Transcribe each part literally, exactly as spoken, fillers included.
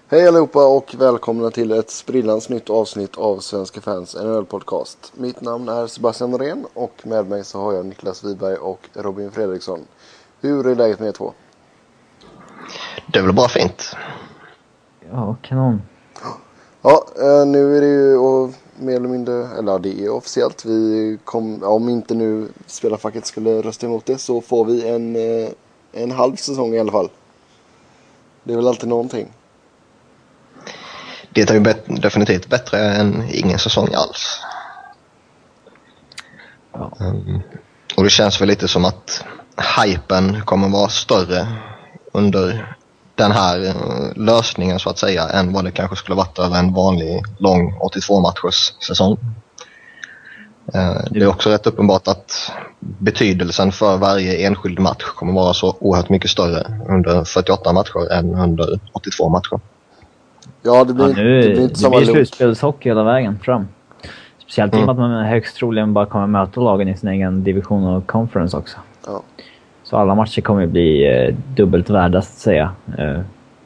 Hej allihopa och välkomna till ett sprillans nytt avsnitt av Svenska Fans N H L-podcast. Mitt namn är Sebastian Norén och med mig så har jag Niklas Wiberg och Robin Fredriksson. Hur är läget med er två? Det är väl bara fint. Ja, kanon. Ja, nu är det ju och mer eller mindre, eller ja, det är officiellt. Vi kom, om inte nu spelarfacket skulle rösta emot det så får vi en, en halv säsong i alla fall. Det är väl alltid någonting. Det är ju bet- definitivt bättre än ingen säsong alls. Ja. Um, och det känns väl lite som att hypen kommer vara större under den här uh, lösningen så att säga än vad det kanske skulle varit över en vanlig lång åttiotvå matchers säsong. Uh, det är också rätt uppenbart att betydelsen för varje enskild match kommer vara så oerhört mycket större under fyrtioåtta matcher än under åttiotvå matcher. Ja, det blir, ja, nu, det blir inte det samma blir lunk. slutspelshockey hela vägen fram. Speciellt i och Mm. med att man högst troligen bara kommer möta lagen i sin egen division och conference också. Ja. Så alla matcher kommer att bli eh, dubbelt värda, så att säga. Eh,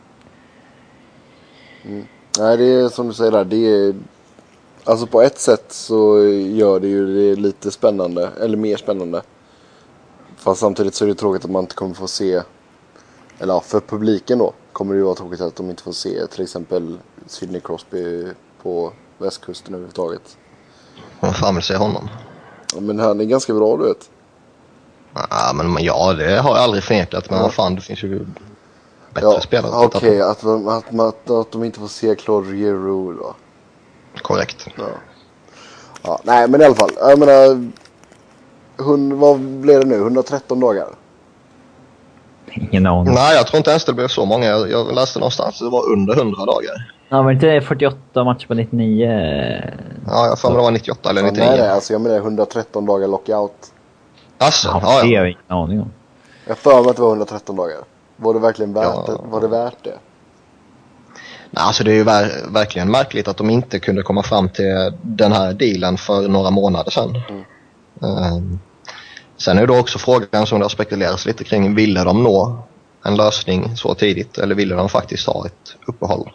Mm. Nej, det är som du säger där, det är, alltså på ett sätt så gör det ju det lite spännande, eller mer spännande. Fast samtidigt så är det tråkigt att man inte kommer få se, eller ja, för publiken då kommer det ju vara tråkigt att de inte får se till exempel Sidney Crosby på västkusten överhuvudtaget. Man fan vill se honom. Ja, men han är ganska bra, du vet. Ja, men ja, det har jag aldrig förnekat. Men Ja. vad fan, det finns ju bättre Ja, spelare. okej, okay, att, att, att, att de inte får se Claude Giroux då. Korrekt. Ja. Ja, nej, men i alla fall. Jag menar, hund, vad blev det nu? hundratretton dagar? ingen aning. Nej, jag tror inte ens det blev så många. Jag, jag läste någonstans att det var under hundra dagar. Ja, var inte fyrtioåtta matcher på nittionio? Ja, jag får mig det var nittioåtta eller Ja, nittionio. nej, nej, alltså jag menar hundratretton dagar lockout. Alltså, Ja, ja, det har ja. jag ingen aning om. Jag för mig att det var hundratretton dagar. Var det verkligen värt Ja. det? Var det värt det? Nej, alltså det är ju ver- verkligen märkligt att de inte kunde komma fram till den här dealen för några månader sedan. Mm. Um, sen är det då också frågan som det har spekulerats lite kring. Ville de nå en lösning så tidigt eller ville de faktiskt ha ett uppehåll?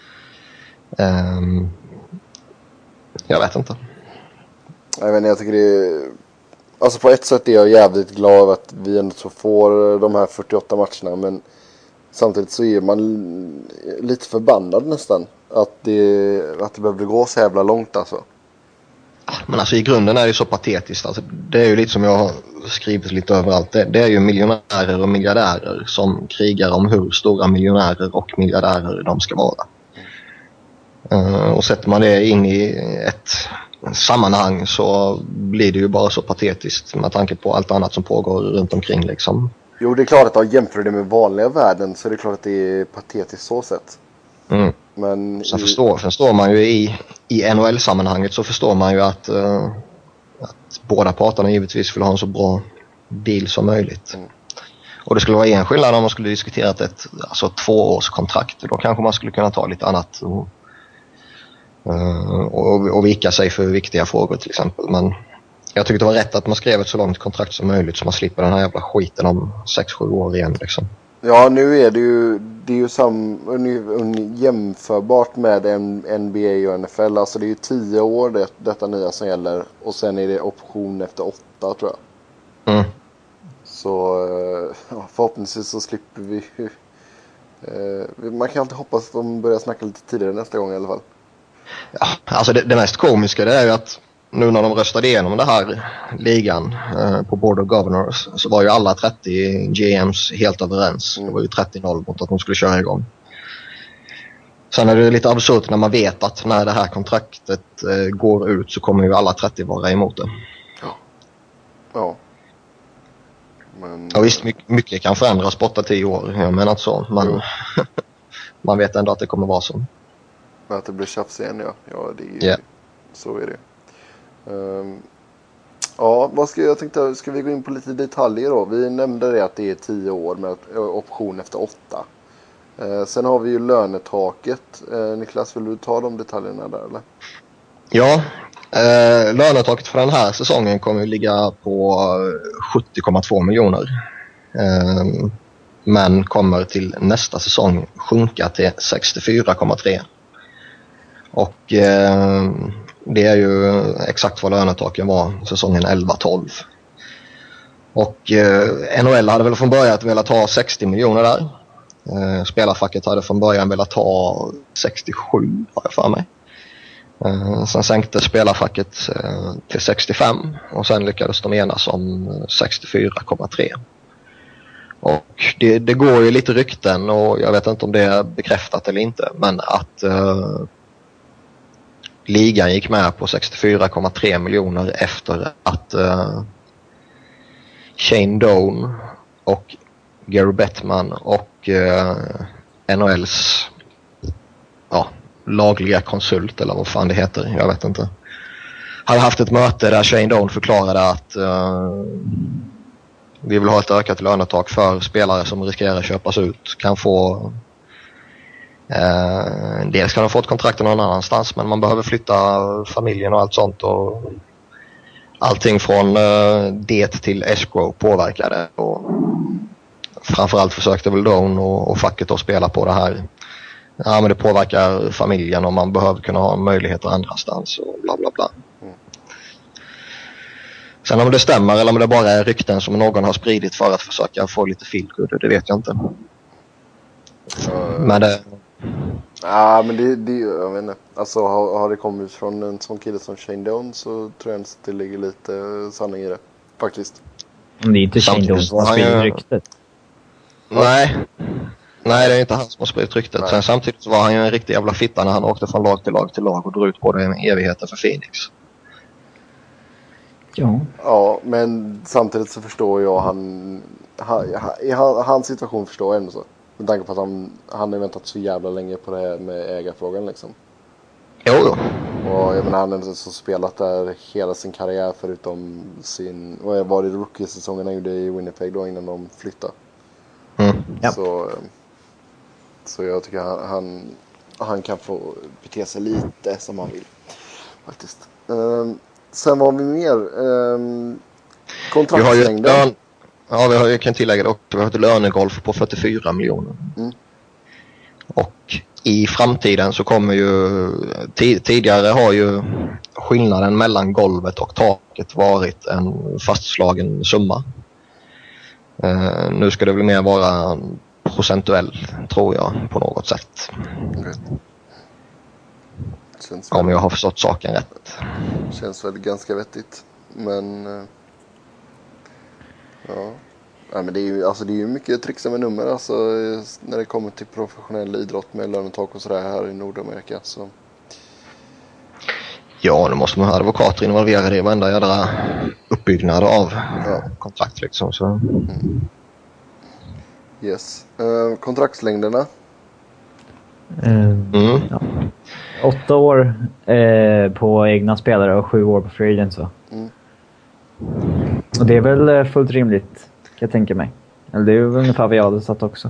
Um, jag vet inte. Jag vet inte, jag tycker det är... Alltså på ett sätt är jag jävligt glad över att vi ändå så får de här fyrtioåtta matcherna. Men samtidigt så är man lite förbannad nästan. Att det, att det behöver gå så jävla långt alltså. Men alltså i grunden är det ju så patetiskt. Alltså, det är ju lite som jag har skrivit lite överallt. Det, det är ju miljonärer och miljardärer som krigar om hur stora miljonärer och miljardärer de ska vara. Uh, och sätter man det in i ett sammanhang så blir det ju bara så patetiskt med tanke på allt annat som pågår runt omkring liksom. Jo, det är klart att om jämför det med vanliga världen så är det klart att det är patetiskt så sett. Mm. Men Sen i... förstår, förstår man ju i, i N H L-sammanhanget så förstår man ju att, uh, att båda parterna givetvis vill ha en så bra deal som möjligt. Mm. Och det skulle vara en skillnad om man skulle diskuterat ett alltså tvåårskontrakt. Då kanske man skulle kunna ta lite annat och, uh, och, och vika sig för viktiga frågor till exempel. Men jag tycker det var rätt att man skrev ett så långt kontrakt som möjligt så man slipper den här jävla skiten om sex sju år igen liksom. Ja, nu är det ju, det är ju sam, un, un, jämförbart med en N B A och N F L. Alltså det är ju tio år det, detta nya som gäller. Och sen är det option efter åtta, tror jag. Mm. Så ja, förhoppningsvis så slipper vi eh, man kan alltid hoppas att de börjar snacka lite tidigare nästa gång i alla fall. Ja, alltså det, det mest komiska det är ju att nu när de röstade igenom det här ligan eh, på Board of Governors så var ju alla trettio G Ms helt överens. Mm. Det var ju trettio noll mot att de skulle köra igång. Sen är det lite absurt när man vet att när det här kontraktet eh, går ut så kommer ju alla trettio vara emot det. Ja. Men, Ja visst, mycket, mycket kan förändras på åtta tio år. Jag menar inte så, men Mm. man vet ändå att det kommer vara så. att det blir tjafs igen, ja. Ja, det är ju, Yeah. så är det. Um, ja, vad ska jag tänkte, ska vi gå in på lite detaljer då? Vi nämnde det att det är tio år med option efter åtta. Uh, sen har vi ju lönetaket. Uh, Niklas, vill du ta de detaljerna där eller? Ja, eh, lönetaket för den här säsongen kommer att ligga på sjuttio komma två miljoner. Eh, men kommer till nästa säsong sjunka till sextiofyra komma tre. Och eh, det är ju exakt vad lönetaken var säsongen elva tolv. Och eh, N H L hade väl från början velat ha sextio miljoner där. Eh, spelarfacket hade från början velat ha sextiosju, har jag för mig. Eh, sen sänkte spelarfacket eh, till sextiofem och sen lyckades de enas om sextiofyra komma tre. Och det, det går ju lite rykten, och jag vet inte om det är bekräftat eller inte, men att eh, ligan gick med på sextiofyra komma tre miljoner efter att eh, Shane Doan och Gary Bettman och eh, N H L:s ja, lagliga konsult, eller vad fan det heter, jag vet inte, hade haft ett möte där Shane Doan förklarade att eh, vi vill ha ett ökat lönetak för spelare som riskerar att köpas ut, kan få eh, dels kan de få ett kontrakt någon annanstans, men man behöver flytta familjen och allt sånt, och allting från eh, det till escrow påverkade, och framförallt försökte väl Doan och, och facket att spela på det här. Ja, men det påverkar familjen och man behöver kunna ha möjligheter annanstans och bla bla bla. Mm. Sen om det stämmer eller om det bara är rykten som någon har spridit för att försöka få lite feelgood, det vet jag inte. Uh, men det... Ja, men det, det jag vet inte. Alltså har, har det kommit från en sån kille som Shane Doan, så tror jag att det ligger lite sanning i det, faktiskt. Men det är inte Shane Doan som har spridit ryktet. Nej. Nej, det är inte han som har spridit ryktet. Sen samtidigt så var han ju en riktig jävla fitta när han åkte från lag till lag till lag och drog ut på det en evigheter för Phoenix. Ja. Ja, men samtidigt så förstår jag han, han i hans situation förstår jag ändå så. Med tanke på att han, han har väntat så jävla länge på det här med ägarfrågan liksom. Jo då. Och jag menar, han har så spelat där hela sin karriär förutom sin, vad var det rookie-säsongen han gjorde i Winnipeg då innan de flyttade. Mm. Ja. Så, så jag tycker han, han, han kan få bete sig lite som han vill faktiskt. Um, sen var vi mer um, kontraktslängden. Ja, vi har ju kan tillägga det också. Vi har ett lönegolf på fyrtiofyra miljoner. Mm. Och i framtiden så kommer ju t- tidigare har ju skillnaden mellan golvet och taket varit en fastslagen summa. Uh, nu ska det väl mer vara procentuell, tror jag, på något sätt. Okay. Om jag har förstått saken rätt. Känns väl ganska vettigt. Men uh, ja. Nej, men det är ju alltså det är ju mycket tricks med nummer alltså när det kommer till professionell idrott med lönetak och sådär här i Nordamerika så. Ja, nu måste man ha advokater involverade i varenda jädra uppbyggnad av ja. kontrakt liksom så. Mm. Yes. Uh, kontraktslängderna. Mm. Mm. Ja. Åtta år eh, på egna spelare och sju år på free agents så. Mm. Och det är väl fullt rimligt, kan jag tänka mig. Eller det är väl ungefär vad jag hade satt också.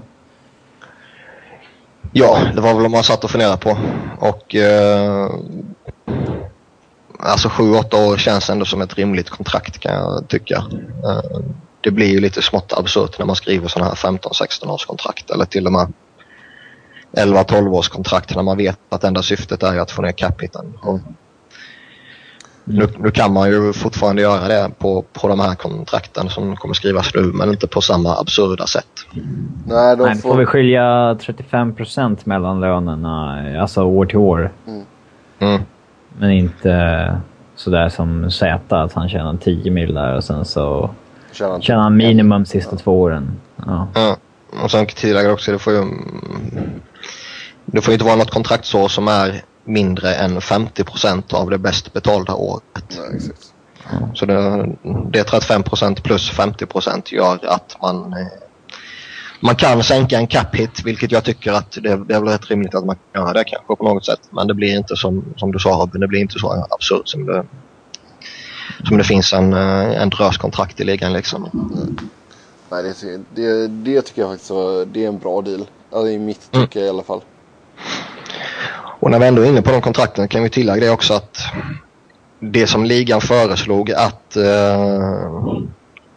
Ja, det var väl vad man satt och funderade på. Och eh, alltså sju åtta år känns ändå som ett rimligt kontrakt, kan jag tycka. Eh, det blir ju lite smått absurt när man skriver sådana här femton sexton års kontrakt. Eller till och med elva tolv års kontrakt när man vet att enda syftet är att få ner cap-hiten. Och Nu, nu kan man ju fortfarande göra det på, på de här kontrakten som kommer skrivas nu, men inte på samma absurda sätt. Nej, de Nej, får... får vi skilja trettiofem procent mellan lönerna, alltså år till år. Mm. Mm. Men inte sådär som Z, att han tjänar tio mil där och sen så tjänar, tjänar han minimum de sista ja. två åren. Ja. Ja. Och sen tillägger också, det får ju det får ju inte vara något kontraktsår som är mindre än femtio procent av det bäst betalda året. Nej, exakt. Så det, det är trettiofem procent plus femtio procent gör att man man kan sänka en cap hit, vilket jag tycker att det, det är väl rätt rimligt att man kan göra det kanske på något sätt, men det blir inte som, som du sa Robin, det blir inte så absurt som det, som det finns en, en dröskontrakt i ligan liksom. Mm. Nej, det, det, det tycker jag faktiskt var, det är en bra deal. Alltså i mitt tycke mm. i alla fall. Och när vi ändå är inne på de kontrakten kan vi tillägga det också att det som ligan föreslog att eh,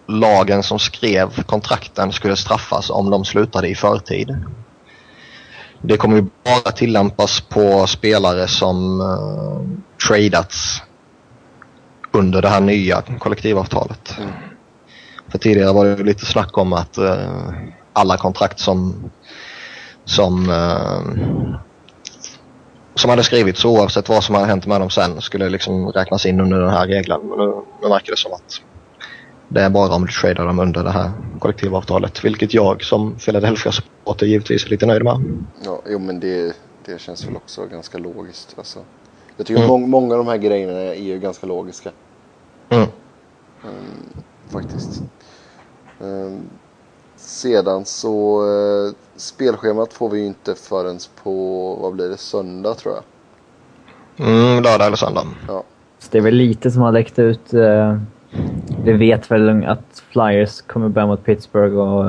lagen som skrev kontrakten skulle straffas om de slutade i förtid. Det kommer ju bara tillämpas på spelare som uh, tradats under det här nya kollektivavtalet. Mm. För tidigare var det lite snack om att uh, alla kontrakt som som uh, som hade skrivits oavsett vad som hade hänt med dem sen skulle liksom räknas in under den här regeln. Men nu, nu verkar det som att det är bara om du tradar dem under det här kollektivavtalet, vilket jag som Philadelphia-supporter givetvis är lite nöjd med. Ja, jo, men det, det känns väl också ganska logiskt. Alltså. Jag tycker mm. må- många av de här grejerna är ju ganska logiska. Mm. Um, faktiskt. Um, sedan så uh, spelschemat får vi ju inte förrän på, vad blir det, söndag tror jag. Mm, lördag eller söndag. Ja. Så det är väl lite som har läckt ut. Uh, vi vet väl att Flyers kommer börja mot Pittsburgh och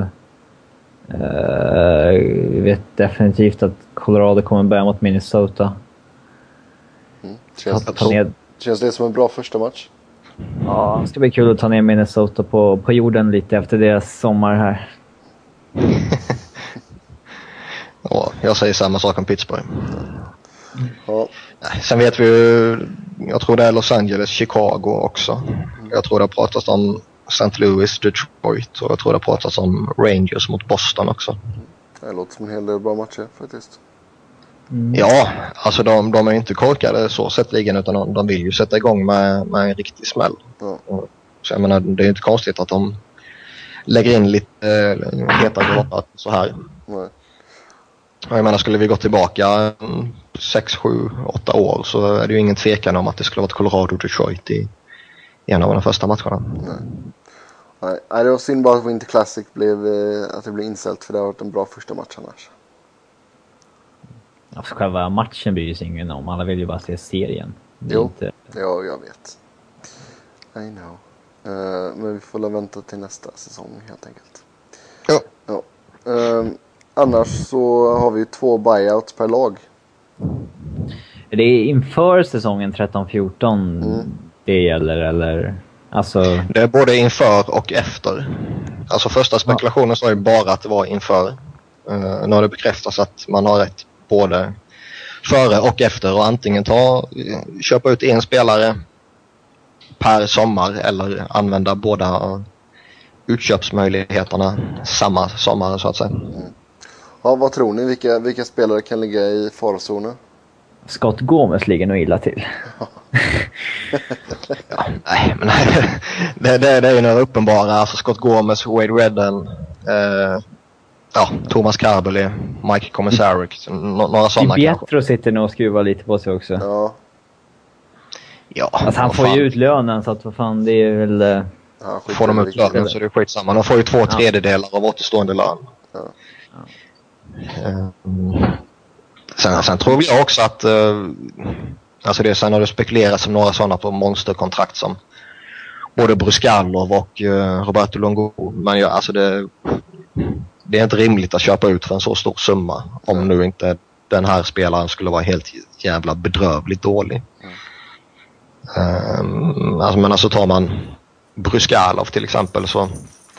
uh, vi vet definitivt att Colorado kommer börja mot Minnesota. Mm. Känns, ta ner... känns det som en bra första match? Ja, det ska bli kul att ta ner Minnesota på, på jorden lite efter deras sommar här. Ja, jag säger samma sak om Pittsburgh. Ja. Sen vet vi ju, jag tror det är Los Angeles, Chicago också. Jag tror det har pratats om Saint Louis, Detroit och jag tror det har pratats om Rangers mot Boston också. Det låter som en hel del bra matcher faktiskt. Mm. Ja, alltså de, de är inte korkade så sättligen utan de, de vill ju sätta igång med, med en riktig smäll. Ja. Så jag menar, det är inte konstigt att de lägger in lite äh, heta gråtar så här. Nej. Jag menar, skulle vi gå tillbaka sex, sju, åtta år så är det ju ingen tvekan om att det skulle varit Colorado och Detroit i en av de första matcherna. Nej. Nej, det var synd bara att Winter Classic blev, att det blev inställt för det har varit en bra första match annars. Ja, för själva matchen bryr sig ingen om. Alla vill ju bara se serien. Jo, inte... ja, jag vet. I know. Uh, men vi får vänta till nästa säsong helt enkelt. Ja. Ja. Uh, annars så har vi ju två buyouts per lag. Det är inför säsongen tretton fjorton mm. det gäller, eller? Alltså... Det är både inför och efter. Alltså första spekulationen ja. sa ju bara att det var inför. Uh, nu har det bekräftats att man har rätt både före och efter och antingen ta, köpa ut en spelare per sommar eller använda båda utköpsmöjligheterna samma sommar så att säga. Mm. Ja, vad tror ni? Vilka, vilka spelare kan ligga i farozonen? Scott Gomez ligger nog illa till. ja, nej, men det, det, det är ju några uppenbara. Alltså Scott Gomez, Wade Redden, eh, ja, Thomas Carberly, Mike Komisarek, några sådana kanske. Pietro sitter nog och skruvar lite på sig också. Ja. Ja, alltså, han får fan. ju ut lönen så att vad fan, det är väl... Ja, får de ut lönen så är det skitsamma. De får ju två tredjedelar av återstående lön. Ja. Um, sen, sen tror jag också att uh, alltså det sen har det spekulerats som några sådana på monsterkontrakt som både Bruskalov och uh, Roberto Longo. Men ja, alltså det, det är inte rimligt att köpa ut för en så stor summa om mm. nu inte den här spelaren skulle vara helt jävla bedrövligt dålig. Mm. Um, alltså, men alltså tar man Bruskalov till exempel så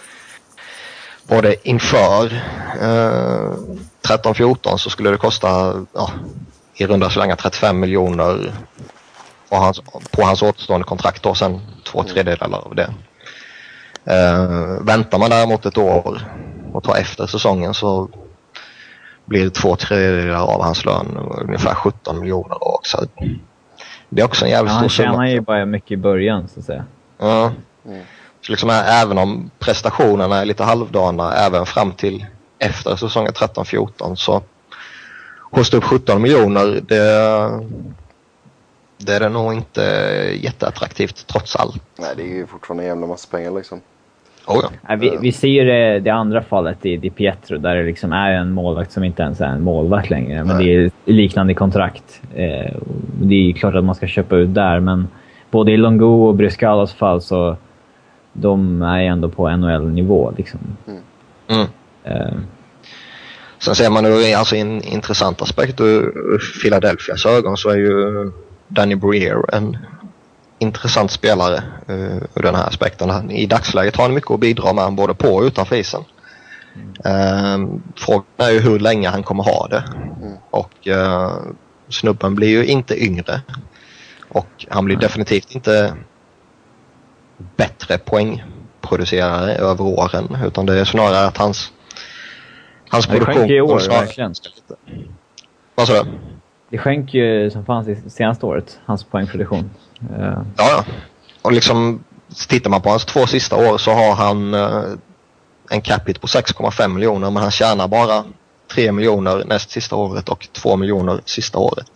både inför eh, tretton fjorton så skulle det kosta ja, i runda slänga trettiofem miljoner på hans, på hans återstående kontrakt och sen två tredjedelar av det. Eh, väntar man däremot ett år och tar efter säsongen så blir det två tredjedelar av hans lön, ungefär sjutton miljoner också. Det är också en jävligt ja, stor summa. Han tjänar ju bara mycket i början så att säga. Ja. Mm. Så liksom, även om prestationerna är lite halvdana även fram till efter säsongen tretton fjorton så hosta upp sjutton miljoner det, det är det nog inte jätteattraktivt trots allt. Nej, det är ju fortfarande en jävla massa pengar liksom. Oh, ja. Nej, vi, vi ser ju det, det andra fallet i Di Pietro där det liksom är en målvakt som inte ens är en målvakt längre. Men Nej. det är liknande kontrakt. Eh, det är klart att man ska köpa ut där, men både i Longo och Bruscalos fall så de är ändå på N H L-nivå liksom. Mm. Mm. Uh. Sen ser man nu alltså en intressant aspekt ur Philadelphias ögon så är ju Danny Briere en intressant spelare uh, ur den här aspekten. I dagsläget har han mycket att bidra med både på och utanför isen. Mm. Uh, frågan är ju hur länge han kommer ha det. Mm. Och uh, snubben blir ju inte yngre. Och han blir mm. definitivt inte bättre poängproducerare över åren. Utan det är snarare att hans, hans ja, produktion... Det skänker ju år, snarare... verkligen. Vad sa du? Det skänker ju som fanns i senaste året, hans poängproduktion. Uh. Ja, ja. Och liksom tittar man på hans två sista år så har han uh, en capita på sex komma fem miljoner, men han tjänar bara tre miljoner näst sista året och två miljoner sista året.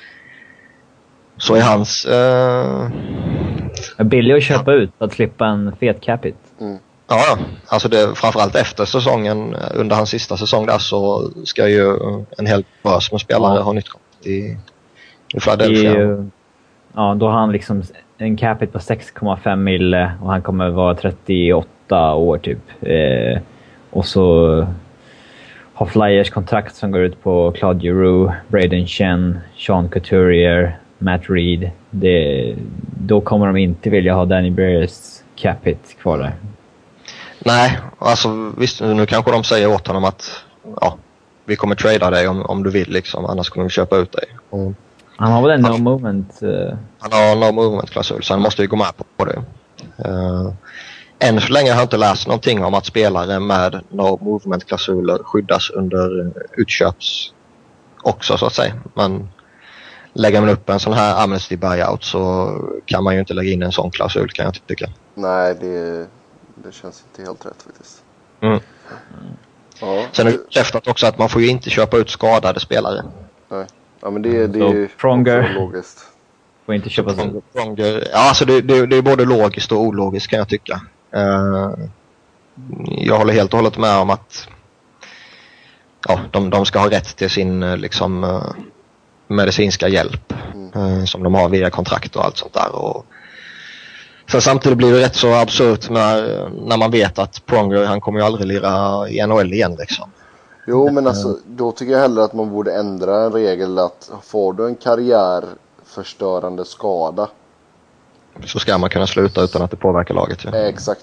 Så är hans... Uh... billig att köpa ja. ut att slippa en fet capita. Mm. Ja, ja. Alltså det, framförallt efter säsongen, under hans sista säsong där, så ska ju en hel börs med spelare ja. ha nytt i, i Philadelphia. I, ja, då har han liksom en capita på sex komma fem mille och han kommer vara trettioåtta år typ. Eh, och så har Flyers kontrakt som går ut på Claude Giroux, Braden Chen, Sean Couturier, Matt Reed. Det, då kommer de inte vilja ha Danny Briers capita kvar där. Nej, alltså visst, nu kanske de säger åt honom att ja, vi kommer trada dig om, om du vill liksom, annars kommer vi köpa ut dig. Och han har väl en no movement? Uh... Han har en no movement-klausul, så han måste ju gå med på det. Uh, än så länge har jag inte läst någonting om att spelare med no movement-klausuler skyddas under utköps också så att säga. Men lägger man upp en sån här amnesty buyout så kan man ju inte lägga in en sån klausul, kan jag inte tycka. Nej, det, det känns inte helt rätt faktiskt. Mm. Ja. Sen är det bekräftat också att man får ju inte köpa ut skadade spelare. Nej. Ja, men det, det är ju Pronger logiskt. Får inte köpa ut. Pronger, ja, alltså det, det, det är både logiskt och ologiskt kan jag tycka. Uh, jag håller helt och hållet med om att ja, de, de ska ha rätt till sin liksom uh, medicinska hjälp mm. uh, som de har via kontrakt och allt sånt där. Och sen samtidigt blir det rätt så absurt när, när man vet att Pronger, han kommer ju aldrig lira i N H L igen liksom. Jo, men alltså då tycker jag hellre att man borde ändra en regel att får du en karriärförstörande skada så ska man kunna sluta utan att det påverkar laget. Ja. Eh, exakt.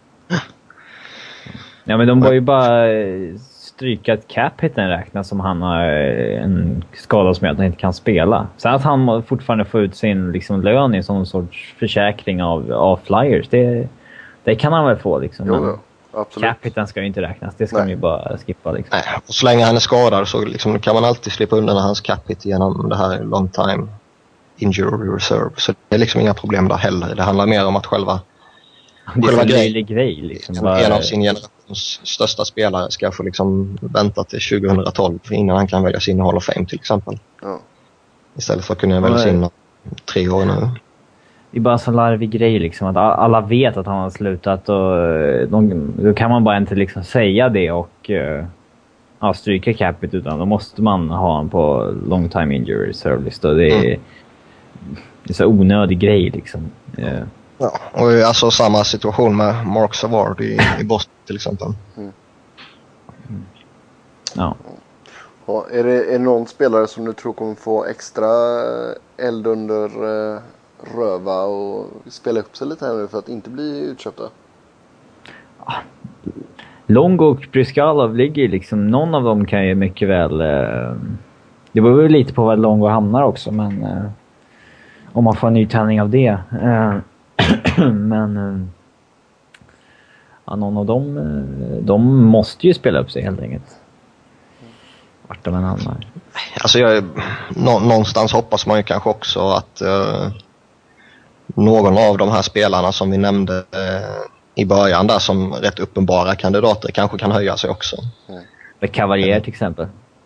Ja, men de var ju bara stryka att cap-hitten räknas som han har en skada som gör att han inte kan spela. Sen att han fortfarande får ut sin liksom, lön i som sorts försäkring av, av Flyers, det, det kan han väl få liksom. Jo, men absolut. Cap-hiten ska ju inte räknas, det ska man ju bara skippa liksom. Nej, och så länge han är skadad så liksom, kan man alltid slippa undan hans cap-hit genom det här long time injury reserve. Så det är liksom inga problem där heller. Det handlar mer om att själva det är en löjlig grej liksom. Bara... En av sin generations största spelare ska få liksom vänta till tjugohundratolv innan han kan välja sin Hall of Fame till exempel. Ja. Istället för att kunna välja sin tre år nu. Det är bara en sån larvig grej liksom. Att alla vet att han har slutat och de, då kan man bara inte liksom säga det och ja, stryka capit, utan då måste man ha han på long time injury reserve list. Och det är, mm. det är så onödig grej liksom. Yeah. Ja, och alltså samma situation med Mark Savard i, i Boston till exempel. Mm. Mm. Ja. Ja, är det är det någon spelare som du tror kommer få extra eld under uh, röva och spela upp sig lite här nu för att inte bli utköpta? Ja. Longo och Bryskalov ligger liksom, någon av dem kan ju mycket väl uh, det beror väl lite på vad Longo hamnar också, men uh, om man får en ny tändning av det uh, men ja, någon av dem de måste ju spela upp sig helt enkelt. Vart de än hamnar. Alltså jag, nå, någonstans hoppas man ju kanske också att uh, någon av de här spelarna som vi nämnde uh, i början där som rätt uppenbara kandidater kanske kan höja sig också. Mm. Cavalier till exempel.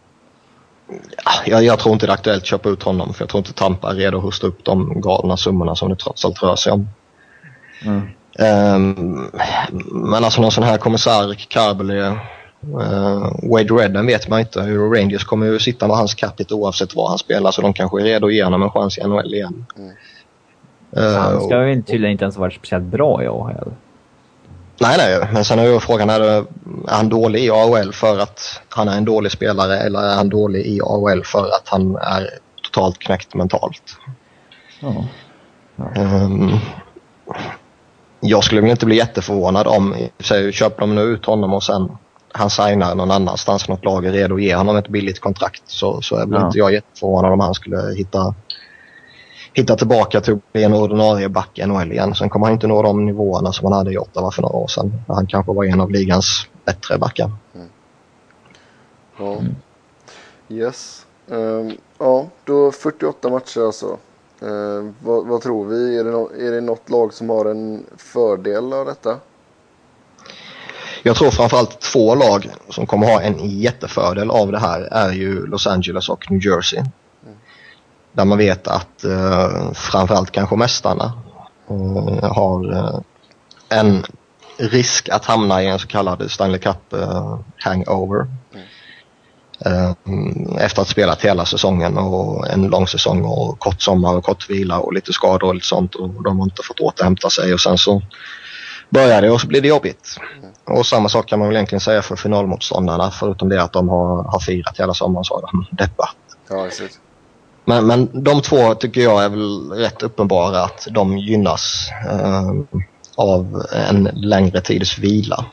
Ja, jag, jag tror inte det är aktuellt att köpa ut honom, för jag tror inte Tampa är redo att hosta upp de galna summorna som det trots allt rör sig om. Mm. Um, men alltså någon sån här kommissar Carberly, uh, Wade Redden vet man inte. Rangers kommer ju sitta med hans capita oavsett vad han spelar, så de kanske är redo att ge honom en chans i N H L igen. Mm. Uh, han ska ju tydligen inte ens varit speciellt bra i A H L. Nej, nej, men sen är ju frågan, är, det, är han dålig i A H L för att han är en dålig spelare, eller är han dålig i A H L för att han är totalt knäckt mentalt? Ja. Ja. Um, jag skulle väl inte bli jätteförvånad om så köper de nu ut honom och sen han signar någon annanstans, något lag är redo att ge honom ett billigt kontrakt, så, så är väl ja. inte jag jätteförvånad om han skulle hitta hitta tillbaka till att bli en ordinarie back i N H L igen. Sen kommer han inte nå de nivåerna som han hade i Ottawa för några år sedan. Han kanske var en av ligans bättre backar. Mm. Ja. Mm. Yes. Um, ja, då fyrtioåtta matcher alltså. Uh, vad, vad tror vi? Är det, no- är det något lag som har en fördel av detta? Jag tror framförallt två lag som kommer ha en jättefördel av det här är ju Los Angeles och New Jersey. Mm. Där man vet att uh, framförallt kanske mästarna uh, har uh, en risk att hamna i en så kallad Stanley Cup uh, hangover. Mm. Efter att ha spelat hela säsongen och en lång säsong och kort sommar och kort vila och lite skador och lite sånt, och de har inte fått återhämta sig och sen så börjar det och så blir det jobbigt. Mm. Och samma sak kan man väl egentligen säga för finalmotståndarna, förutom det att de har, har firat hela sommaren så har de deppat. Ja, men, men de två tycker jag är väl rätt uppenbara att de gynnas eh, av en längre tids vila.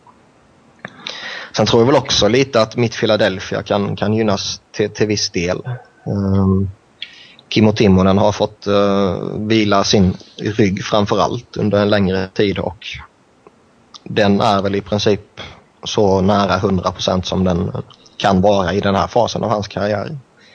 Sen tror jag väl också lite att mitt Philadelphia kan, kan gynnas till, till viss del. Um, Kimmo Timonen har fått uh, vila sin rygg framförallt under en längre tid, och den är väl i princip så nära hundra procent som den kan vara i den här fasen av hans karriär.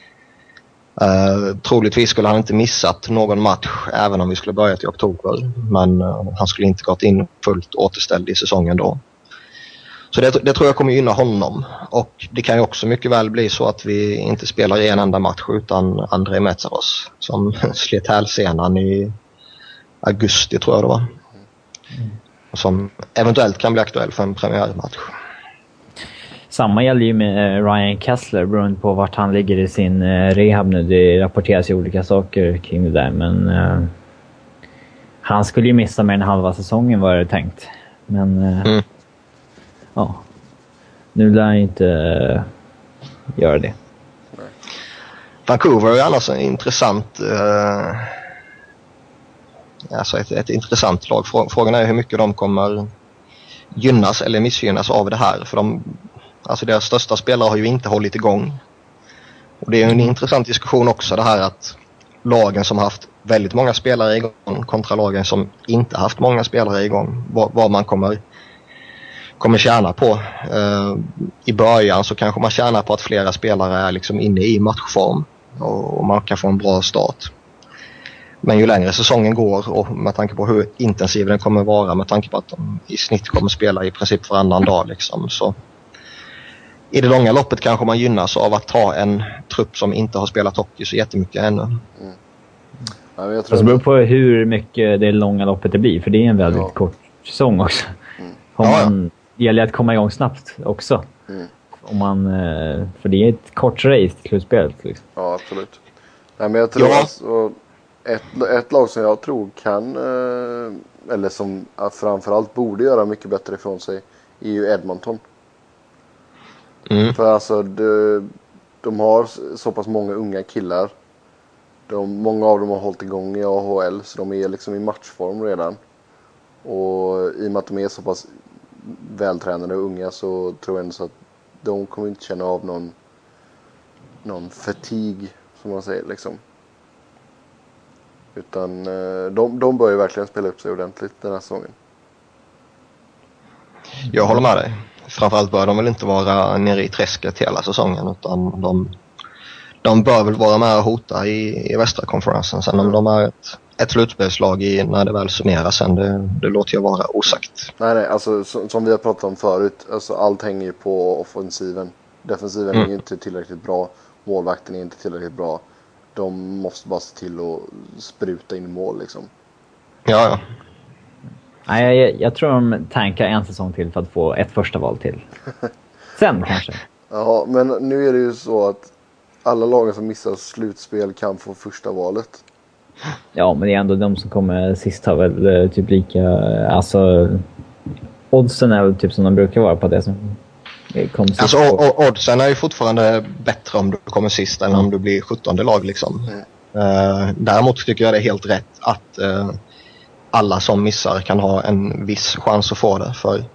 Uh, troligtvis skulle han inte missat någon match även om vi skulle börjat i oktober, men uh, han skulle inte gått in fullt återställd i säsongen då. Så det, det tror jag kommer gynna honom. Och det kan ju också mycket väl bli så att vi inte spelar en enda match utan Andrei Metsaros som slet hälsenan i augusti tror jag det var. Mm. Som eventuellt kan bli aktuell för en premiärmatch. Samma gäller ju med Ryan Kessler beroende på vart han ligger i sin rehab nu. Det rapporteras ju olika saker kring det där, men uh, han skulle ju missa mer än halva säsongen var det tänkt. Men uh, mm. ja, nu lär jag inte uh, göra det. Vancouver är annars en intressant uh, alltså ett, ett intressant lag. Frågan är hur mycket de kommer gynnas eller missgynnas av det här, för de, alltså deras största spelare har ju inte hållit igång. Och det är en intressant diskussion också, det här att lagen som har haft väldigt många spelare igång kontra lagen som inte haft många spelare igång, vad, vad man kommer kommer tjäna på. Uh, I början så kanske man tjänar på att flera spelare är liksom inne i matchform och, och man kan få en bra start. Men ju längre säsongen går och med tanke på hur intensiv den kommer vara, med tanke på att de i snitt kommer spela i princip varannan dag liksom, så i det långa loppet kanske man gynnas av att ha en trupp som inte har spelat hockey så jättemycket ännu. Mm. Ja, jag tror det beror på hur mycket det långa loppet det blir, för det är en väldigt ja. kort säsong också. Mm. Om man, det gäller att komma igång snabbt också. Mm. Om man, för det är ett kort race till slutspelet. Liksom. Ja, absolut. Nej, men jag tror ja. alltså, ett, ett lag som jag tror kan, eller som framförallt borde göra mycket bättre ifrån sig, är ju Edmonton. Mm. För alltså de, de har så pass många unga killar. De, många av dem har hållit igång i A H L, så de är liksom i matchform redan. Och i och med att de är så pass vältränade och unga, så tror jag ändå så att de kommer inte känna av någon någon fatigue, som man säger liksom. Utan de, de bör ju verkligen spela upp sig ordentligt den här säsongen. Jag håller med dig. Framförallt bör de väl inte vara nere i träsket hela säsongen, utan de, de bör väl vara med och hota i, i västra konferensen. Sen om de är ett, ett slutspelslag i, när det väl summeras sen, det, det låter jag vara osagt. Nej, nej, alltså som, som vi har pratat om förut, alltså allt hänger ju på offensiven. Defensiven mm. är inte tillräckligt bra, målvakten är inte tillräckligt bra. De måste bara se till att spruta in mål liksom. Ja, ja. Nej, jag, jag tror de tankar en säsong till för att få ett första val till. Sen kanske. Ja, men nu är det ju så att alla lagen som missar slutspel kan få första valet. Ja, men det är ändå de som kommer sist har väl typ lika... Alltså, oddsen är väl typ som de brukar vara på det som kommer sist. Alltså, o- o- oddsen är ju fortfarande bättre om du kommer sist än om du blir sjuttonde lag liksom. Mm. Uh, däremot tycker jag det är helt rätt att uh, alla som missar kan ha en viss chans att få det. För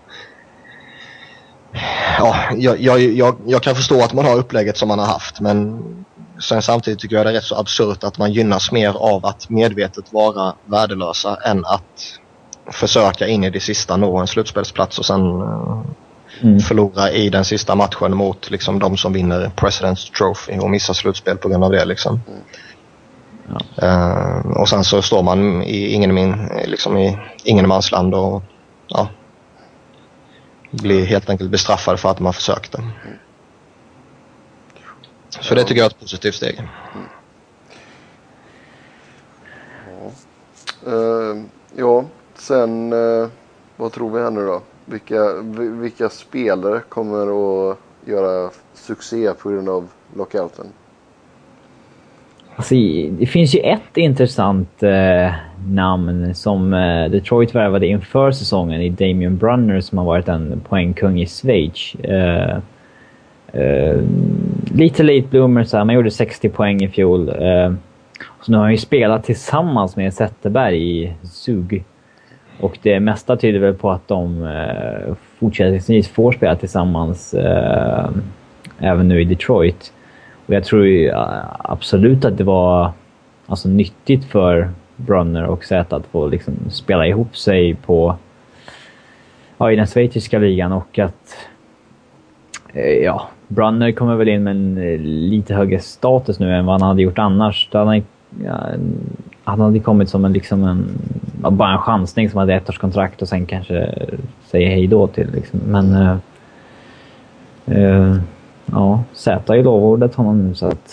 ja, jag, jag, jag, jag kan förstå att man har upplägget som man har haft, men sen samtidigt tycker jag det är rätt så absurt att man gynnas mer av att medvetet vara värdelösa än att försöka in i det sista nå en slutspelsplats och sen uh, mm. förlora i den sista matchen mot liksom de som vinner President's Trophy och missar slutspel på grund av det liksom. Mm. Ja. Uh, och sen så står man i ingen min liksom i ingenmansland och ja, blir helt enkelt bestraffad för att man försökte. Mm. Så ja. Det tycker jag är ett positivt steg. Mm. Ja. Uh, ja, sen uh, vad tror vi här nu då? Vilka, vilka spelare kommer att göra succé på grund av lockouten? Alltså, det finns ju ett intressant eh, namn som eh, Detroit värvade inför säsongen i Damian Brunner, som har varit en poängkung i Schweiz. Eh, eh, lite late bloomer, så här. Man gjorde sextio poäng i fjol. Eh, så nu har han ju spelat tillsammans med Zetterberg i Zug. Och det mesta tyder väl på att de eh, fortsättningsvis får spela tillsammans eh, även nu i Detroit. Och jag tror ju absolut att det var alltså nyttigt för Brunner och Zet att få liksom spela ihop sig på ja, i den schweiziska ligan, och att eh, ja, Brunner kommer väl in med en eh, lite högre status nu än vad han hade gjort annars. Han hade, ja, han hade kommit som en liksom en ja, bara en chansning som hade ett års kontrakt och sen kanske säger hej då till liksom. Men eh, eh, ja, Z har ju lovordat honom nu, så att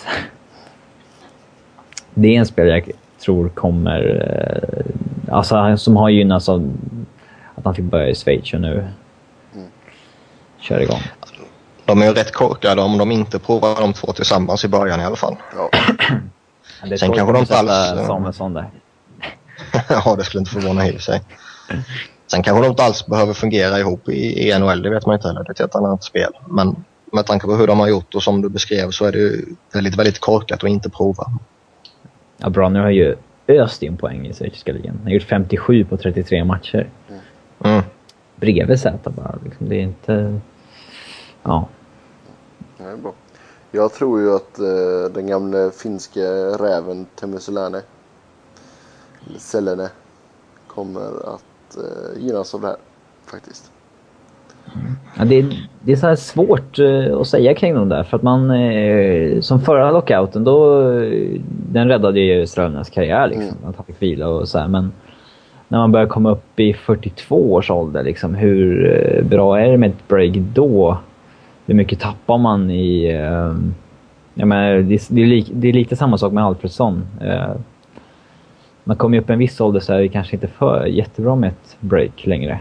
det är en spelare jag tror kommer eh, alltså som har gynnats av att han fick börja i Schweiz och nu mm. kör igång. De är ju rätt korkade om de inte provar de två tillsammans i början i alla fall. Ja. Det sen kanske de inte alls Samuelsson där. Ja, det skulle inte förvåna i sig. Sen kanske de inte alls behöver fungera ihop i, i N H L, det vet man inte heller. Det är ett annat spel. Men med tanke på hur de har gjort och som du beskrev så är det ju väldigt, väldigt korkat att inte prova. Ja, Brunner har ju öst in poäng i schweiziska ligan. Han har gjort femtiosju på trettiotre matcher. Mm. Bredvid Z bara. Liksom. Det är inte... Ja. Det är bra. Jag tror ju att uh, den gamla finska räven Teemu Selänne Selänne kommer att uh, gynnas av det här faktiskt. Ja, det, är, det är så här svårt uh, att säga kring dem där, för att man uh, som förra lockouten då uh, den räddade ju Strömnäs karriär liksom, mm. att han fick vila och så här, men när man börjar komma upp i fyrtiotvå års ålder liksom, hur uh, bra är det med ett break då? Hur mycket tappar man i uh, jag menar, det, det, är li, det är lite samma sak med Alfredsson. Uh, man kommer ju upp en viss ålder så är det kanske inte för jättebra med ett break längre.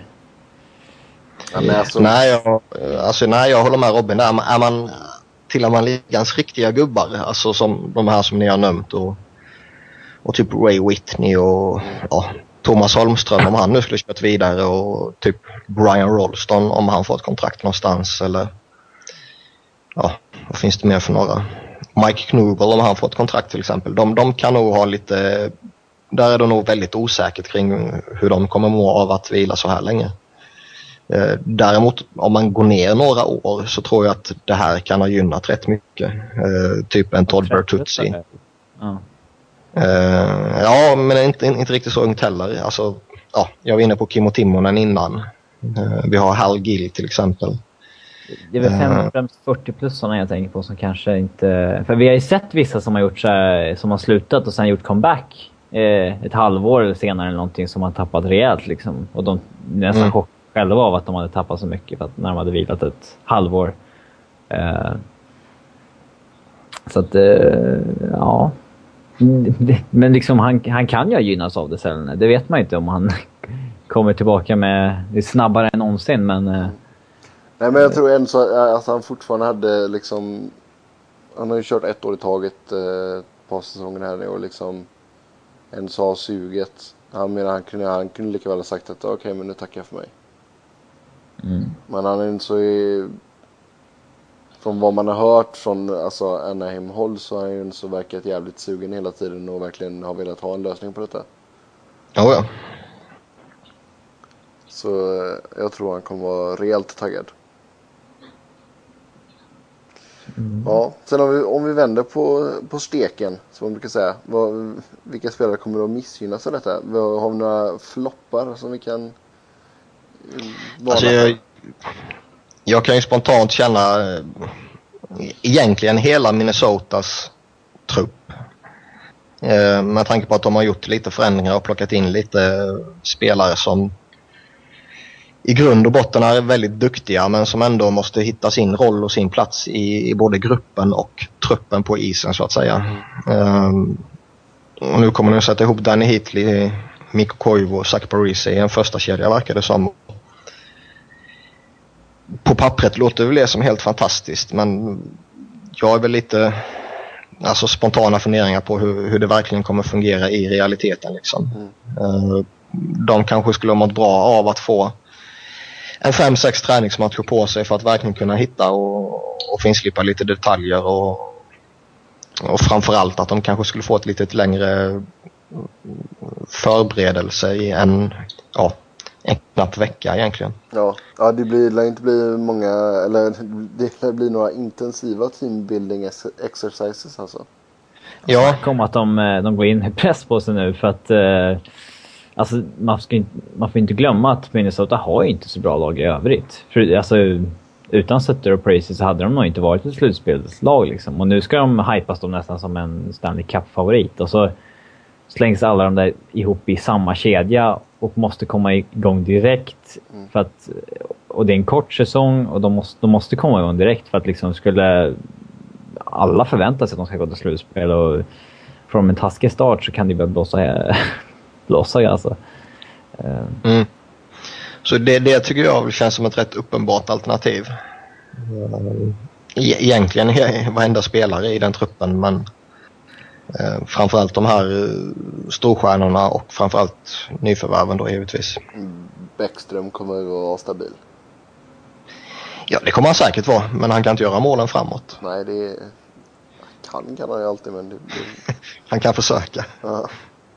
Ja, men alltså... nej, jag, alltså, nej, jag håller med Robin där. Är man till och med ligans riktiga gubbar, alltså som de här som ni har nämnt och, och typ Ray Whitney och ja, Thomas Holmström om han nu skulle kört vidare och typ Brian Rolston om han får ett kontrakt någonstans, eller ja, vad finns det mer för några? Mike Knubel om han får ett kontrakt till exempel. De, de kan nog ha lite, där är det nog väldigt osäkert kring hur de kommer må av att vila så här länge. Eh, däremot om man går ner några år så tror jag att det här kan ha gynnat rätt mycket. Eh, typ en Todd Bertuzzi. Ja. Eh, ja, men inte, inte riktigt så ungt heller. Alltså, ja, jag var inne på Kimmo Timonen innan. Eh, vi har Hal Gill till exempel. Det är väl främst fyrtio-plussarna jag tänker på som kanske inte... För vi har ju sett vissa som har gjort så här, som har slutat och sen gjort comeback eh, ett halvår eller senare eller någonting, som har tappat rejält liksom. Och de nästan mm. chockade själva av att de hade tappat så mycket för att när de hade vilat ett halvår. Eh, så att, eh, ja... Men liksom han, han kan ju gynnas av det sen. Det vet man inte om han kommer tillbaka med... Det är snabbare än någonsin, men... Eh, Nej, men jag tror ändå så att han fortfarande hade liksom, han har ju kört ett år i taget eh, på säsongen här nu och liksom en sa suget. Han menar han kunde, han kunde lika väl ha sagt att okej, okay, men nu tackar jag för mig. Mm. Men han är inte så i, från vad man har hört från alltså Anaheim håll så har han ju så verkat jävligt sugen hela tiden och verkligen har velat ha en lösning på detta. Ja, ja. Så jag tror han kommer vara rejält taggad. Mm. Ja, sen om vi, om vi vänder på, på steken, som man brukar säga. Vad, vilka spelare kommer att missgynnas av detta? Har vi några floppar som vi kan alltså jag, jag kan ju spontant känna egentligen hela Minnesotas trupp. Eh, med tanke på att de har gjort lite förändringar och plockat in lite spelare som i grund och botten är väldigt duktiga men som ändå måste hitta sin roll och sin plats i, i både gruppen och truppen på isen så att säga. Um, och nu kommer de att sätta ihop Danny Hitley, Mikko Koivu och Zach Parise i en första kedja verkar det som. På pappret låter väl det som helt fantastiskt men jag är väl lite alltså spontana funderingar på hur, hur det verkligen kommer fungera i realiteten liksom. Mm. Uh, de kanske skulle ha mått bra av att få en fem sex träningsmatcher på sig för att verkligen kunna hitta och, och finslipa lite detaljer och, och framförallt att de kanske skulle få ett lite längre förberedelse i en, ja, en knapp vecka egentligen. Ja, ja det blir det inte bli många eller det blir några intensiva teambuilding exercises alltså. Ja, kom att de, de går in i press på sig nu för att eh, alltså, man, ska inte, man får inte glömma att Minnesota har inte så bra lag i övrigt. För, alltså, utan Sutter och Parise så hade de nog inte varit ett slutspelslag. Liksom. Och nu ska de hypas de nästan som en Stanley Cup-favorit. Och så slängs alla de där ihop i samma kedja och måste komma igång direkt. Mm. För att, och det är en kort säsong och de måste, de måste komma igång direkt för att liksom skulle alla förvänta sig att de ska gå till slutspel. Och från en taskig start så kan det börja blåsa här. Blåsa alltså. Mm. Så det, det tycker jag känns som ett rätt uppenbart alternativ. E- egentligen är varenda spelare i den truppen men eh, framförallt de här eh, storstjärnorna och framförallt nyförvärven då givetvis. Bäckström kommer att vara stabil. Ja, det kommer han säkert vara, men han kan inte göra målen framåt. Nej, det kan, kan han ju alltid, men det, det... han kan försöka. Ja.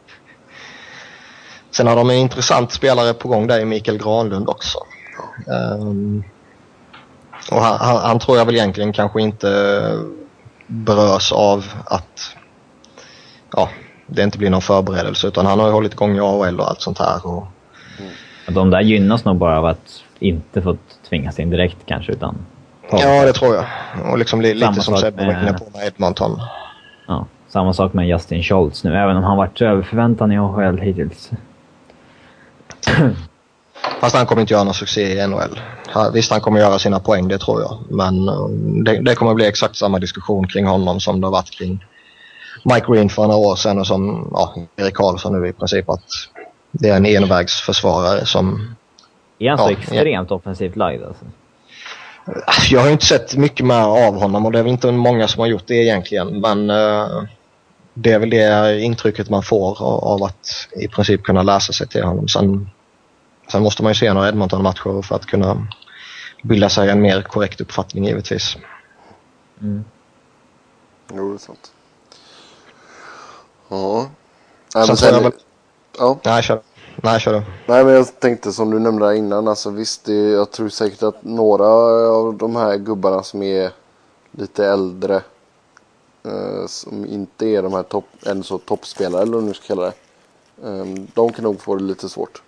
Sen har de en intressant spelare på gång där i Mikael Granlund också. Ja. Um, och han, han, han tror jag väl egentligen kanske inte berörs av att ja, det inte blir någon förberedelse utan han har ju hållit igång i A H L och allt sånt här. Och... Mm. De där gynnas nog bara av att inte få tvingas in direkt kanske utan... Ja, det tror jag. Och liksom li- lite som Sebbe var inne på med Edmonton. Ja, samma sak med Justin Schultz nu, även om han varit över förväntan i A H L hittills. Fast han kommer inte göra någon succé i N H L. Visst, han kommer göra sina poäng, det tror jag. Men det, det kommer bli exakt samma diskussion kring honom som det har varit kring Mike Green för några år sedan och som ja, Erik Karlsson nu i princip att det är en envägsförsvarare som... Är han så ja, extremt ja. offensivt lagd alltså? Jag har ju inte sett mycket mer av honom och det är väl inte många som har gjort det egentligen. Men uh, det är väl det intrycket man får av, av att i princip kunna läsa sig till honom. Sen, sen måste man ju se några Edmonton-matcher för att kunna bilda sig en mer korrekt uppfattning givetvis. Mm. Jo, det är sant. Ja. Nej, men sen... väl... ja. Nej, kör. Nej, kör du. Nej, men jag tänkte som du nämnde där innan, alltså visst, det, jag tror säkert att några av de här gubbarna som är lite äldre eh, som inte är de här topp, än så toppspelare eller vad nu ska kalla det, eh, de kan nog få det lite svårt.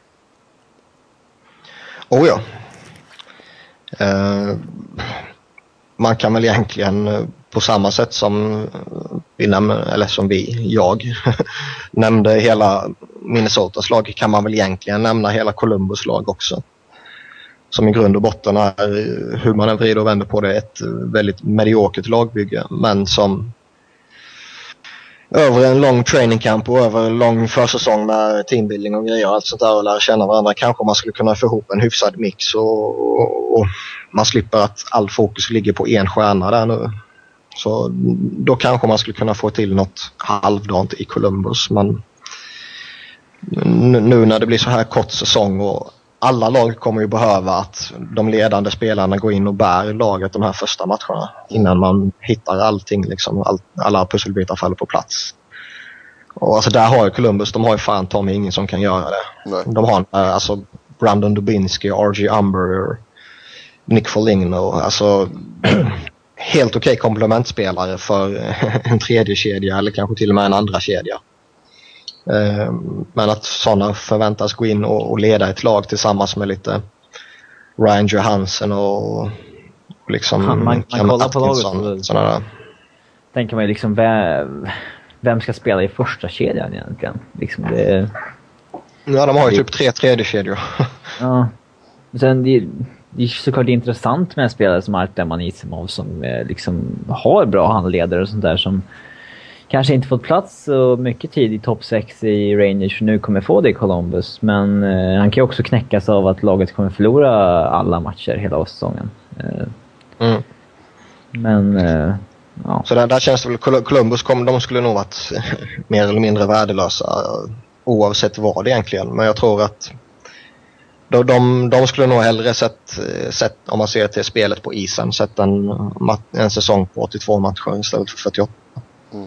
Oh ja. Eh, man kan väl egentligen på samma sätt som vi nämnde, eller som vi, jag nämnde hela Minnesotas lag, kan man väl egentligen nämna hela Columbus lag också. Som i grund och botten är, hur man än vrider och vänder på det, ett väldigt mediokert lagbygge. Men som över en lång training camp och över en lång försäsong med teambuilding och grejer och allt sånt där och lära känna varandra, kanske man skulle kunna få ihop en hyfsad mix och, och, och man slipper att all fokus ligger på en stjärna där nu. Så då kanske man skulle kunna få till något halvdant i Columbus. Men nu när det blir så här kort säsong och alla lag kommer ju behöva att de ledande spelarna går in och bär laget de här första matcherna innan man hittar allting, liksom, all, alla pusselbitar faller på plats. Och alltså där har ju Columbus, de har ju fan Tommy ingen som kan göra det. Nej. De har äh, alltså Brandon Dubinsky, R G Umber, Nick Foligno, alltså helt okej komplementspelare för en tredje kedja eller kanske till och med en andra kedja. Men att sådana förväntas gå in och, och leda ett lag tillsammans med lite Ryan Johansson och liksom man, man, man kollar på laget sådana där. Tänker man ju liksom vem, vem ska spela i första kedjan egentligen? Liksom det, ja, de har ju det, typ tre tredje kedjor. Ja. Sen det, det är såklart intressant med en spelare som Artem Anisimov som liksom har bra handledare och sånt där som kanske inte fått plats så mycket tid i topp sex i Rangers och nu kommer få det i Columbus. Men eh, han kan ju också knäckas av att laget kommer förlora alla matcher hela säsongen. Eh, mm. Men, eh, ja. Så där, där känns det väl, Columbus kom, de skulle nog varit mer eller mindre värdelösa oavsett vad egentligen. Men jag tror att de, de, de skulle nog hellre sett, sett, om man ser till spelet på isen, sett en, en säsong på åttiotvå matcher istället för fyrtioåtta. Mm.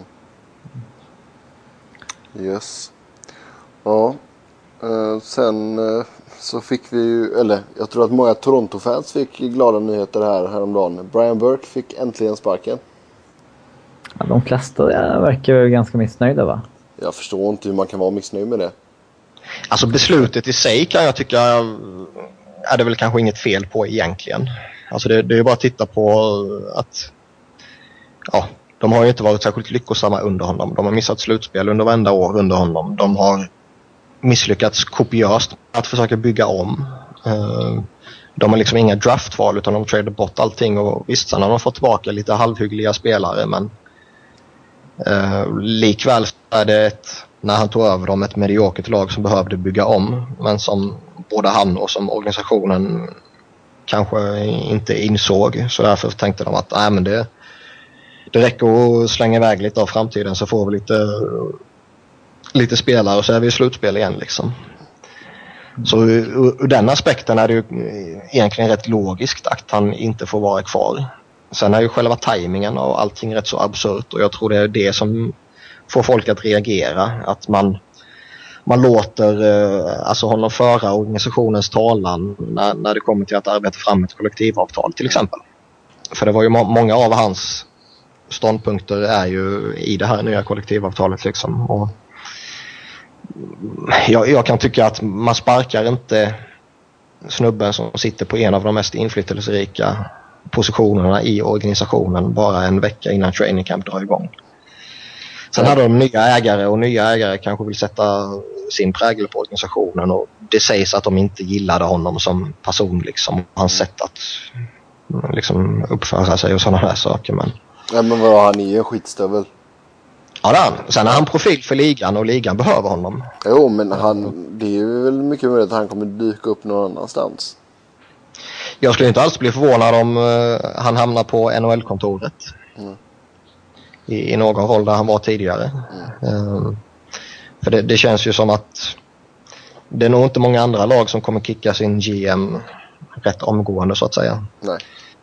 Yes. Ja. Uh, sen uh, så fick vi ju, eller jag tror att många Toronto-fans fick glada nyheter här häromdagen. Brian Burke fick äntligen sparken. Ja, de flesta verkar ju ganska missnöjda, va? Jag förstår inte hur man kan vara missnöjd med det. Alltså beslutet i sig kan jag tycka är det väl kanske inget fel på egentligen. Alltså det, det är ju bara att titta på att ja, de har ju inte varit särskilt lyckosamma under honom. De har missat slutspel under varenda år under honom. De har misslyckats kopiöst att försöka bygga om. De har liksom inga draftval utan de tradar bort allting. Och visst, sen har de fått tillbaka lite halvhyggliga spelare. Men uh, likväl är det ett, när han tog över dem, ett mediokert lag som behövde bygga om. Men som både han och som organisationen kanske inte insåg. Så därför tänkte de att nej, men det Det räcker att slänga iväg lite av framtiden så får vi lite, lite spelare och så är vi i slutspel igen liksom. Så ur, ur den aspekten är det ju egentligen rätt logiskt att han inte får vara kvar. Sen är ju själva tajmingen och allting rätt så absurt och jag tror det är det som får folk att reagera. Att man, man låter alltså honom föra organisationens talan när, när det kommer till att arbeta fram ett kollektivavtal till exempel. För det var ju må- många av hans ståndpunkter är ju i det här nya kollektivavtalet liksom. Och jag, jag kan tycka att man sparkar inte snubben som sitter på en av de mest inflytelserika positionerna i organisationen bara en vecka innan training camp drar igång. Sen hade de nya ägare och nya ägare kanske vill sätta sin prägel på organisationen och det sägs att de inte gillade honom som person liksom, hans sätt att liksom uppföra sig och sådana här saker. Men ja, men vad han är en skitstövel. ja, det är han. Sen är han profil för ligan och ligan behöver honom. Jo, men han, det är ju väl mycket möjligt att han kommer dyka upp någon annanstans. Jag skulle inte alls bli förvånad om uh, han hamnar på N H L-kontoret. Mm. I, I någon roll där han var tidigare. Mm. Uh, för det, det känns ju som att det är nog inte många andra lag som kommer kicka sin G M rätt omgående så att säga. Nej.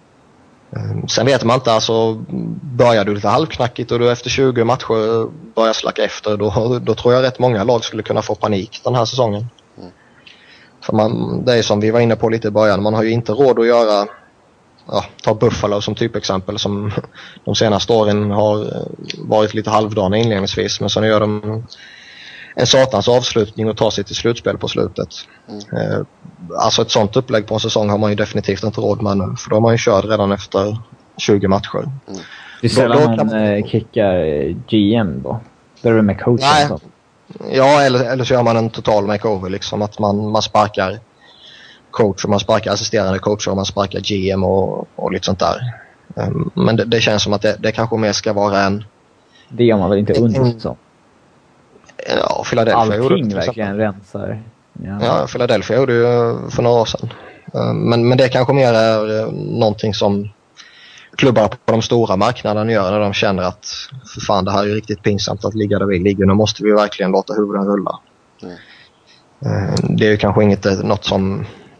Sen vet man inte, alltså börjar du lite halvknackigt och du efter tjugo matcher börjar slacka efter, då, då tror jag rätt många lag skulle kunna få panik den här säsongen. Mm. För man, det är som vi var inne på lite i början, man har ju inte råd att göra, ja, ta Buffalo som typexempel som de senaste åren har varit lite halvdana inledningsvis, men så gör de en satans avslutning och tar sig till slutspel på slutet. Mm. Eh, alltså ett sånt upplägg på en säsong har man ju definitivt inte råd med nu. För då har man ju kört redan efter tjugo matcher. Mm. Det är sällan man kan... kickar G M då. Börjar med coachen. Nej. Så. Ja, eller, eller så gör man en total makeover liksom. Att man, man sparkar coach och man sparkar assisterande coach och man sparkar G M och, och lite sånt där. Um, men det, det känns som att det, det kanske mer ska vara en... Det gör man väl inte under så. Ja, Philadelphia allting gjorde det, verkligen rensar. Ja. ja, Philadelphia gjorde ju för några år sedan. Men, men det kanske mer är någonting som klubbar på de stora marknaderna gör när de känner att för fan, det här är ju riktigt pinsamt att ligga där vi ligger. Nu måste vi verkligen låta huvuden rulla. Mm. Det är ju kanske inget något som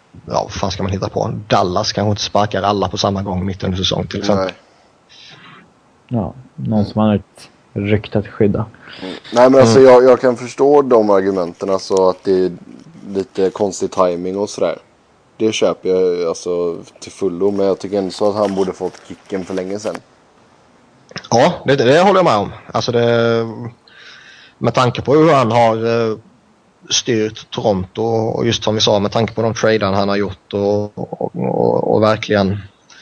ja, vad fan ska man hitta på? Dallas kanske inte sparkar alla på samma gång mitt under säsong till exempel. Nej. Ja, någon som har ett rykte att skydda. Mm. Nej, men alltså mm. jag, jag kan förstå de argumenten, alltså att det är lite konstig timing och sådär. Det köper jag alltså till fullo, men jag tycker ändå så att han borde fått kicken för länge sedan. Ja, det, det håller jag med om. Alltså det, med tanke på hur han har uh, styrt Toronto och just som vi sa, med tanke på de traderna han har gjort och, och, och, och verkligen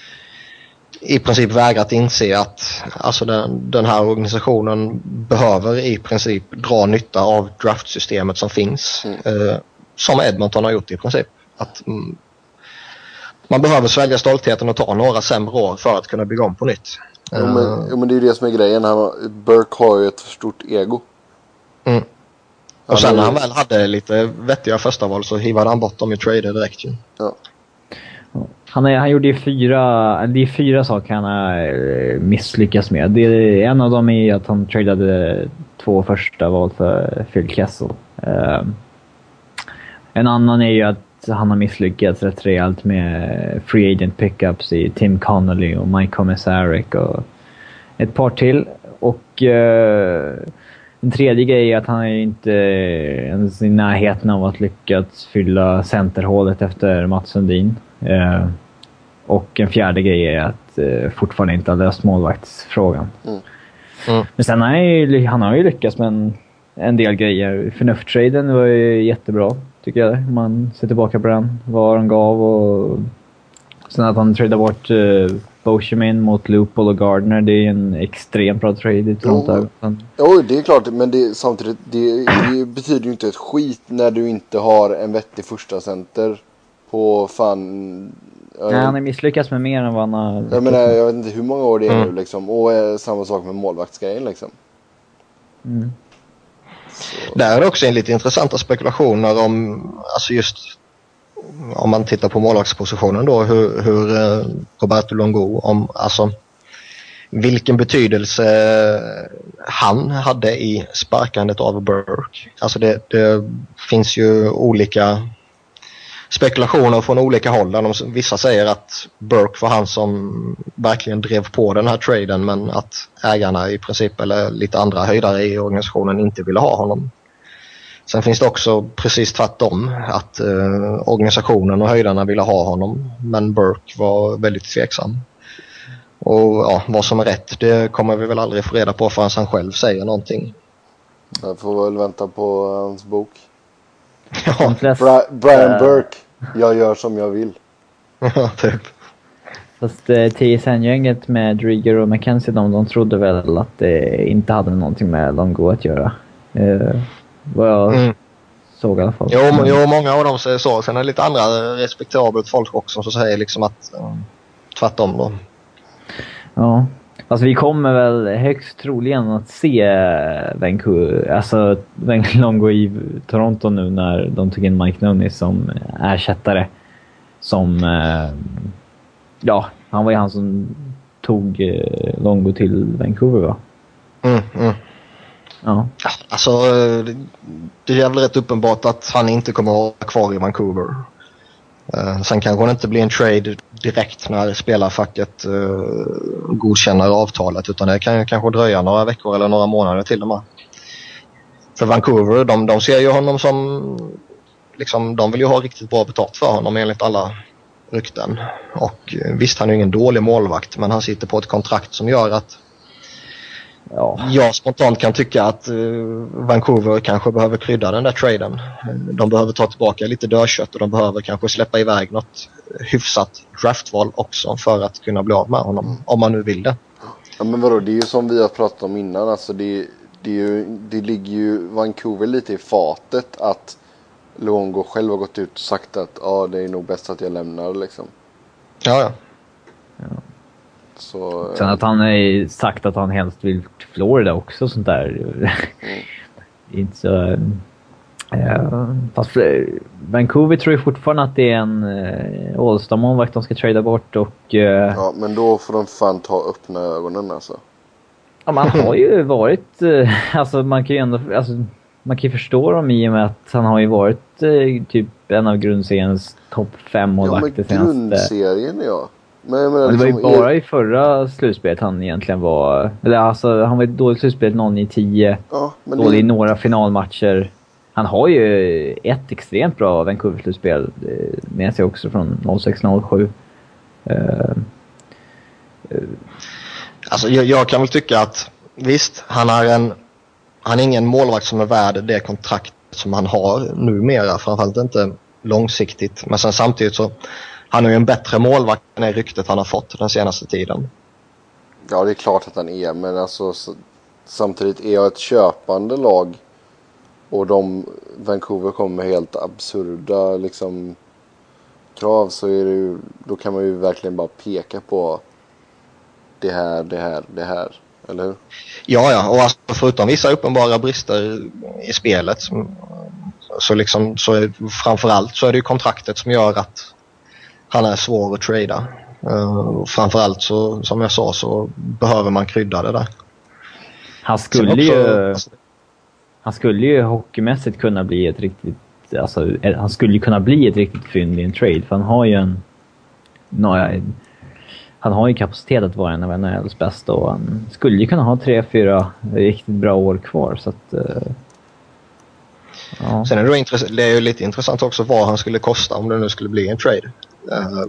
i princip vägrat inse att alltså den, den här organisationen behöver i princip dra nytta av draftsystemet som finns. Mm. Uh, som Edmonton har gjort i princip. Att mm, man behöver svälja stoltheten och ta några sämre år för att kunna bygga om på nytt. Jo, men, jo, men det är ju det som är grejen. Han har, Burke har ju ett stort ego. Mm. Och han sen när han väl hade lite vettiga första val så hivade han bort dem i trader direkt. Ju. Ja. Han, är, han gjorde ju fyra, det är fyra saker han har misslyckats med. Det är, en av dem är att han tradade två första val för Phil Kessel. Uh, en annan är ju att han har misslyckats rätt rejält med free agent pickups i Tim Connolly och Mike Komisarek och ett par till. Och uh, en tredje grej är att han är inte ens i närheten av att lyckas fylla centerhålet efter Mats Sundin. Uh, och en fjärde grej är att uh, fortfarande inte har löst målvaktsfrågan. Mm. Mm. Men sen har han, ju, han har ju lyckats med en, en del grejer. Förnuft-traden var ju jättebra, tycker jag. Om man ser tillbaka på den. Vad han gav och sen att han tradade bort uh, Boschemin mot Lupol och Gardner. Det är en extremt bra trade i Toronto. Jo, jo, det är klart. Men det, samtidigt, det, det betyder ju inte ett skit när du inte har en vettig första center på fan... Nej, han har misslyckats med mer än vad han har... Jag menar, jag vet inte hur många år det är mm. nu liksom. Och eh, samma sak med målvaktsgrejen liksom. Mm. Där är det också en lite intressanta spekulationer om, alltså just om man tittar på målvaktspositionen då, hur, hur eh, Roberto Longo, om, alltså vilken betydelse han hade i sparkandet av Burke. Alltså det, det finns ju olika spekulationer från olika håll där de, vissa säger att Burke var han som verkligen drev på den här traden, men att ägarna i princip eller lite andra höjdare i organisationen inte ville ha honom. Sen finns det också precis tvärtom, att eh, organisationen och höjdarna ville ha honom, men Burke var väldigt tveksam. Och ja, vad som är rätt, det kommer vi väl aldrig få reda på förrän han själv säger någonting. Jag får väl vänta på hans bok. Ja. Bra- Brian Burke, jag gör som jag vill. Ja, typ. Fast eh, T S N-gänget med Drieger och McKenzie, de, de trodde väl att det inte hade någonting med Longo att göra. Eh, vad jag mm. såg i alla fall. Jo, men, jo, många av dem säger så. Sen är det lite andra respektabelt folk också som säger liksom att um, tvärtom då. Ja. Alltså vi kommer väl högst troligen att se Vancouver, alltså Longo i Toronto nu när de tog in Mike Nunny som ersättare. Som, ja, han var ju han som tog Longo till Vancouver, va? Mm, mm. Ja. Alltså, det är väl rätt uppenbart att han inte kommer att vara kvar i Vancouver. Uh, sen kanske det inte blir en trade direkt när spelarfacket uh, godkänner avtalet, utan det kan ju kanske dröja några veckor eller några månader till och med. För Vancouver, de, de ser ju honom som liksom, de vill ju ha riktigt bra betalt för honom enligt alla rykten. Och uh, visst, han är ju ingen dålig målvakt, men han sitter på ett kontrakt som gör att ja. Jag spontant kan tycka att uh, Vancouver kanske behöver krydda den där traden. De behöver ta tillbaka lite dörrkött och de behöver kanske släppa iväg något hyfsat draftval också för att kunna bli av med honom, mm. om man nu vill det. Ja, men vadå, det är ju som vi har pratat om innan, alltså det, det, är ju, det ligger ju Vancouver lite i fatet att Longo själv har gått ut och sagt att ja, det är nog bäst att jag lämnar liksom. Ja, ja. Ja. Så, sen att han har sagt att han helst vill till Florida också, sånt där. Mm. Inte så... Äh, fast Vancouver tror ju fortfarande att det är en äh, All-Star-målvakt de ska trada bort och... Äh, ja, men då får de fan ta öppna ögonen alltså. Ja, man har ju varit... Äh, alltså man kan ju ändå... Alltså, man kan ju förstå dem i och med att han har ju varit eh, typ en av grundseriens topp fem målvakter senaste... Ja, men grundserien, ja. Men jag menar, det var ju liksom, bara i förra slutspelet han egentligen var... Eller alltså, han var ju dåligt slutspelet noll nio tio. Ja, dålig det... i några finalmatcher. Han har ju ett extremt bra Vancouver-slutspel. Med sig också från noll sex noll sju. Uh, uh. Alltså, jag, jag kan väl tycka att visst, han är en... Han är ingen målvakt som är värd det kontrakt som han har numera. Framförallt inte långsiktigt. Men sen samtidigt så... Han är ju en bättre målvakt än det ryktet han har fått den senaste tiden. Ja, det är klart att han är. Men alltså, så, samtidigt är jag ett köpande lag. Och de Vancouver kommer med helt absurda liksom, krav. Så är det ju, då kan man ju verkligen bara peka på det här, det här, det här. Eller hur? Ja, ja. Och alltså, förutom vissa uppenbara brister i spelet. Så, liksom, så är, framförallt så är det ju kontraktet som gör att han är svår att trada. Uh, framförallt så, som jag sa, så behöver man krydda det där. Han skulle också, ju han skulle ju hockeymässigt kunna bli ett riktigt alltså, han skulle ju kunna bli ett riktigt fynd i en trade, för han har ju en no, han har ju kapacitet att vara en av N H L:s bästa, och han skulle ju kunna ha tre, fyra riktigt bra år kvar, så att uh, ja. Sen är det, intress- det är ju lite intressant också vad han skulle kosta om det nu skulle bli en trade. Uh,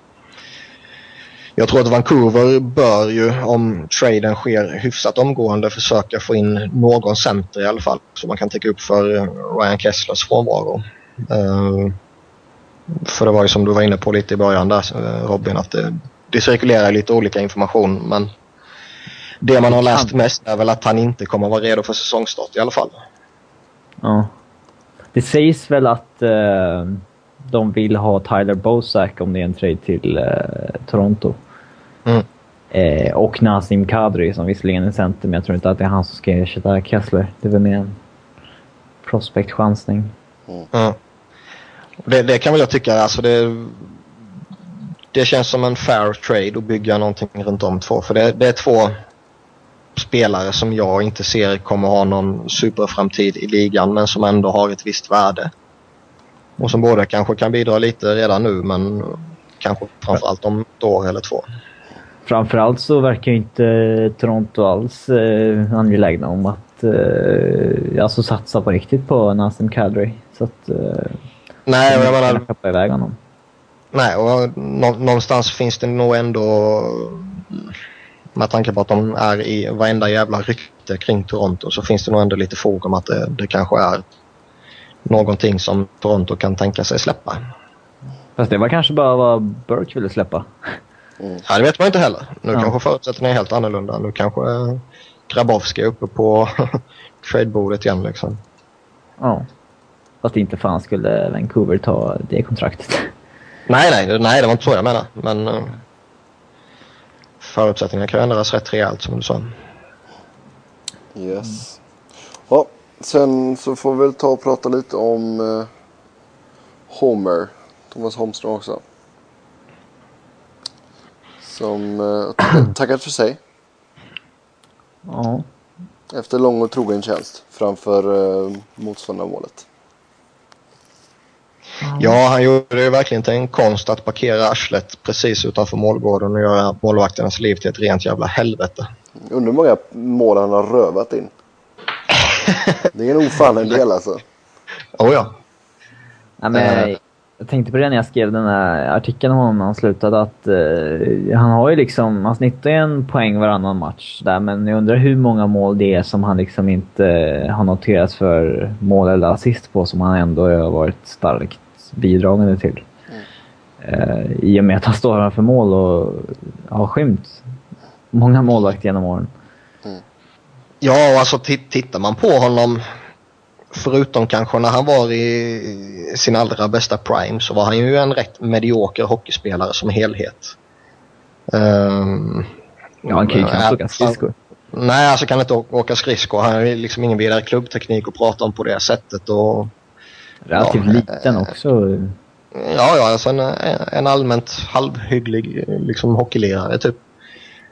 jag tror att Vancouver bör ju, om traden sker hyfsat omgående, försöka få in någon center i alla fall, så man kan täcka upp för Ryan Kesslers frånvaro. Uh, för det var ju som du var inne på lite i början där, Robin, att det, det cirkulerar lite olika information, men det man har läst mest är väl att han inte kommer vara redo för säsongstart i alla fall. Ja. Det sägs väl att uh, de vill ha Tyler Bozak om det är en trade till uh, Toronto. Mm. Uh, och Nazem Kadri som visserligen är center, men jag tror inte att det är han som ska ersätta Kessler. Det är väl mer en prospect-chansning. Mm. Mm. Det, det kan väl jag tycka, alltså det, det känns som en fair trade att bygga någonting runt om två. För det, det är två spelare som jag inte ser kommer ha någon superframtid i ligan, men som ändå har ett visst värde. Och som båda kanske kan bidra lite redan nu, men kanske framförallt om ett år eller två. Framförallt så verkar inte Toronto alls eh, angelägna om att eh, alltså satsa på riktigt på Nazem Kadri. Så att eh, nej, jag menar, kappa iväg honom. Nej, och nå- någonstans finns det nog ändå, med tanke på att de är i varenda jävla rykte kring Toronto, så finns det nog ändå lite fog om att det, det kanske är någonting som Toronto kan tänka sig släppa. Fast det var kanske bara vad Burke ville släppa. Mm. Ja, det vet man inte heller. Nu ja. kanske förutsättningarna är helt annorlunda. Nu kanske Grabowski är uppe på tradebordet igen liksom. Ja. Fast inte fan skulle Vancouver ta det kontraktet. Nej, nej, nej, det var inte så jag menar. Men uh, förutsättningarna kan ändras rätt rejält, som du sa. Yes. Ja, sen så får vi väl ta och prata lite om uh, Homer. Thomas Holmström också. Som uh, tackat för sig. Ja. Efter lång och trogen tjänst framför uh, motståndarmålet. Ja, han gjorde det verkligen till en konst att parkera arslet precis utanför målgården och göra målvakternas liv till ett rent jävla helvete. Undrar hur många mål han har rövat in. Det är nog fan en del alltså. Oh ja. Ja, men jag, jag tänkte på det när jag skrev den här artikeln om honom när han slutade, att uh, han har ju liksom, han snittar en poäng varannan match där, men jag undrar hur många mål det är som han liksom inte uh, har noterats för mål eller assist på, som han ändå har varit starkt bidragande till. Mm. Uh, I och med att han står här för mål och har skymt många målvakter genom åren. Mm. Ja, alltså t- tittar man på honom, förutom kanske när han var i sin allra bästa prime, så var han ju en rätt medioker hockeyspelare som helhet. Um, ja, han kan ju knappt åka skridskor. Nej, alltså kan inte åka skridskor. Han har ju liksom ingen vidare klubbteknik att prata om på det sättet. Och, relativt ja, liten också. Ja, ja, alltså en, en allmänt halvhygglig liksom hockeylirare typ.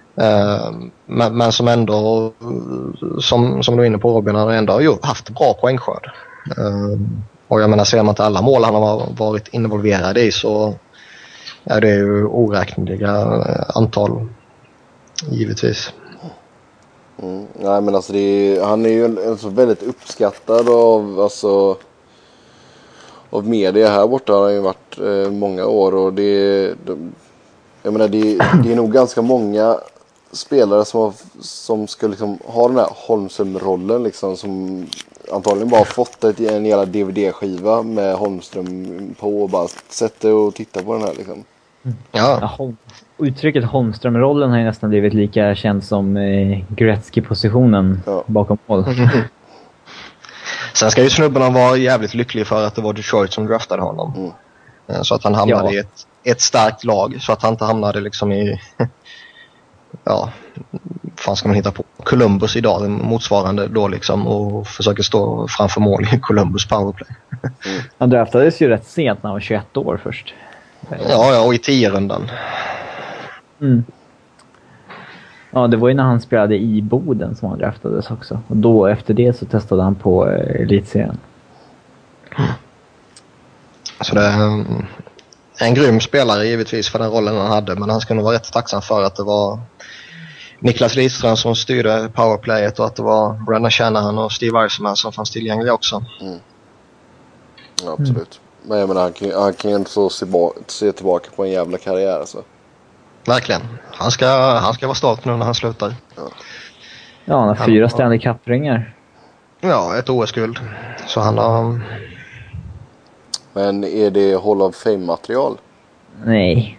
Uh, men, men som ändå, som, som du är inne på Robin, har ändå ju haft bra poängskörd. Uh, och jag menar, ser man inte alla mål han har varit involverad i, så är det ju oräkneliga antal, givetvis. Mm. Nej, men alltså det är, han är ju en, en så väldigt uppskattad av, alltså, av media här borta. Han har ju varit eh, många år, och det, de, jag menar, det, det är nog ganska många spelare som, har, som ska liksom ha den här Holmström-rollen liksom, som antagligen bara fått ett, en jävla D V D-skiva med Holmström på och bara sätter och tittar på den här liksom. Mm. Ja. Ja, uttrycket Holmström-rollen har ju nästan blivit lika känd som eh, Gretzky-positionen ja. bakom mål. Sen ska ju snubben vara jävligt lycklig för att det var Detroit som draftade honom. Mm. Så att han hamnade ja. i ett, ett starkt lag, så att han inte hamnade liksom i ja, fan ska man hitta på Columbus idag, motsvarande då liksom, och försöker stå framför mål i Columbus powerplay. Mm. Han draftades ju rätt sent när han var tjugoett år först. Ja, ja, och i tio rundan. Mm. Ja, det var ju när han spelade i Boden som han draftades också. Och då efter det så testade han på eh, elitserien. Mm. Så det är en grym spelare givetvis för den rollen han hade, men han ska nog vara rätt tacksam för att det var Niklas Lidström som styrde powerplayet och att det var Brendan Shanahan och Steve Eisenman som fanns tillgängliga också. Mm. Ja, absolut. Mm. Men jag menar, han kan, han kan inte så se, ba, se tillbaka på en jävla karriär alltså. Verkligen. Han ska, han ska vara stolt nu när han slutar. Ja, ja han har han, fyra Stanley Cup-ringar. Ja, ett O S-guld. Så han har... Men är det Hall of Fame-material? Nej.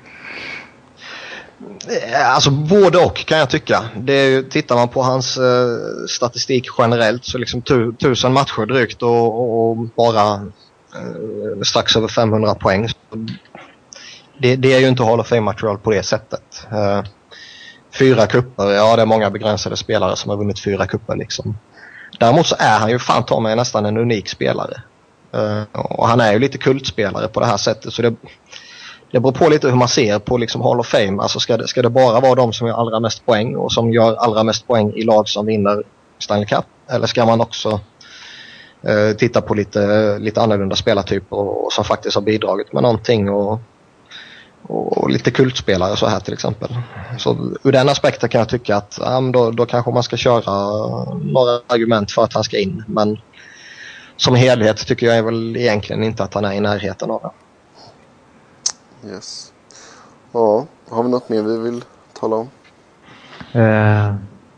Alltså både och kan jag tycka. Det är ju, tittar man på hans eh, statistik generellt så liksom tu, tusen matcher drygt och, och, och bara eh, strax över femhundra poäng. Det, det är ju inte Hall of Fame-material på det sättet. Eh, fyra kupper, ja det är många begränsade spelare som har vunnit fyra kupper liksom. Däremot så är han ju fan ta mig nästan en unik spelare. Uh, och han är ju lite kultspelare på det här sättet, så det, det beror på lite hur man ser på liksom Hall of Fame. Alltså ska det, ska det bara vara de som gör allra mest poäng och som gör allra mest poäng i lag som vinner Stanley Cup, eller ska man också uh, titta på lite, lite annorlunda spelartyper och, och som faktiskt har bidragit med någonting och, och lite kultspelare så här till exempel. Så ur den aspekten kan jag tycka att ja, då, då kanske man ska köra några argument för att han ska in, men som helhet tycker jag är väl egentligen inte att han är i närheten av det. Yes. Ja, har vi något mer vi vill tala om? Uh,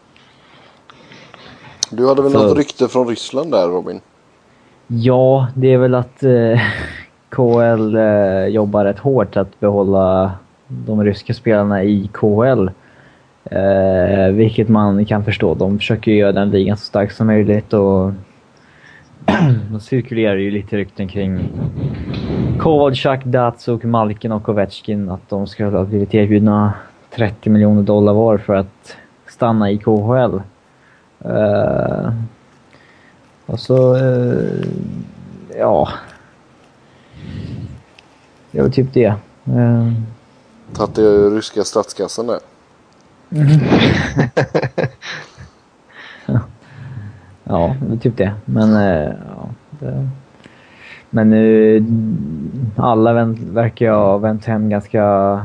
du hade väl så, något rykte från Ryssland där, Robin? Ja, det är väl att uh, K H L uh, jobbar rätt hårt att behålla de ryska spelarna i K H L. Uh, vilket man kan förstå. De försöker göra den ligan så stark som möjligt och de cirkulerar ju lite rykten kring Kovalchuk, Datsuk, Malkin och Ovechkin att de ska ha blivit erbjudna trettio miljoner dollar var för att stanna i K H L. Uh, och så uh, ja det var typ det. Uh. Tatt det ryska statskassan där. Mm. Ja, typ det. Men ja, det... men nu alla vänt, verkar jag ha vänt hem ganska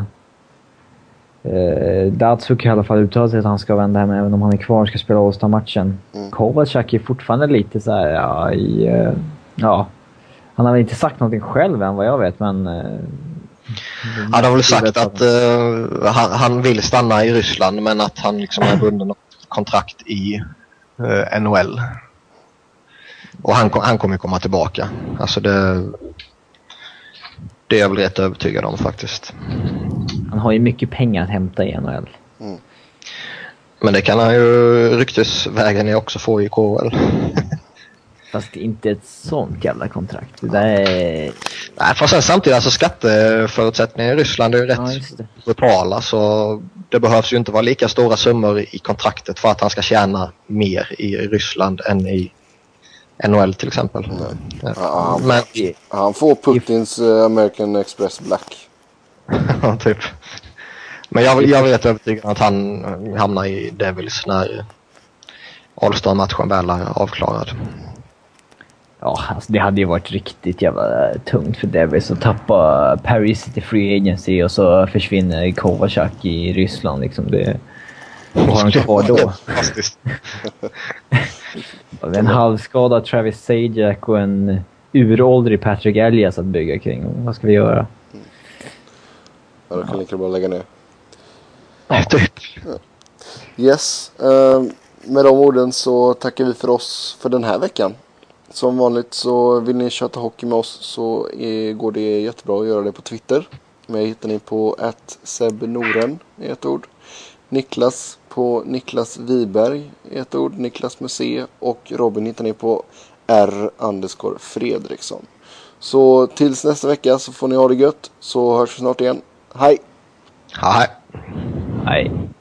eh, Datsuk i alla fall uttalat sig att han ska vända hem även om han är kvar och ska spela All-Star-matchen. Mm. Kovalchuk är fortfarande lite så här ja, i, eh, ja han har väl inte sagt någonting själv än vad jag vet, men eh, han har väl sagt att uh, han, han vill stanna i Ryssland men att han liksom är bunden något kontrakt i Uh, N H L. Och han, han kommer komma tillbaka. Alltså det det är jag väl rätt övertygad om faktiskt. Han har ju mycket pengar att hämta i N H L. Mm. Men det kan han ju ryktesvägen också få i K H L. Fast inte ett sånt jävla kontrakt. Det där är... Nej, fast sen samtidigt alltså skatteförutsättningar i Ryssland är ju rätt ja, brutala, så det behövs ju inte vara lika stora summor i kontraktet för att han ska tjäna mer i Ryssland än i N H L till exempel. Mm. Ja. Ja, han, Men, han får Putins uh, American Express Black. Ja, typ. Men jag, jag vet övertygad att han hamnar i Devils när All-Star-matchen väl är avklarad. Ja, alltså det hade ju varit riktigt jävla tungt för Devils att tappa Paris till Free Agency och så försvinner Kovacic i Ryssland. Liksom. Det har de kvar då. Fantastiskt. En halvskadad Travis Zajac och en uråldrig Patrick Elias att bygga kring. Vad ska vi göra? Ja, då kan lika bara lägga ner. Ja, typ. Yes. Uh, med de orden så tackar vi för oss för den här veckan. Som vanligt så vill ni köta hockey med oss så är, går det jättebra att göra det på Twitter. Mig hittar ni på at sebnoren i ett ord. Niklas på Niklas Wiberg i ett ord. Niklas med C. Och Robin hittar ni på R underscore Fredriksson. Så tills nästa vecka så får ni ha det gött. Så hörs vi snart igen. Hej! Hej! Nej.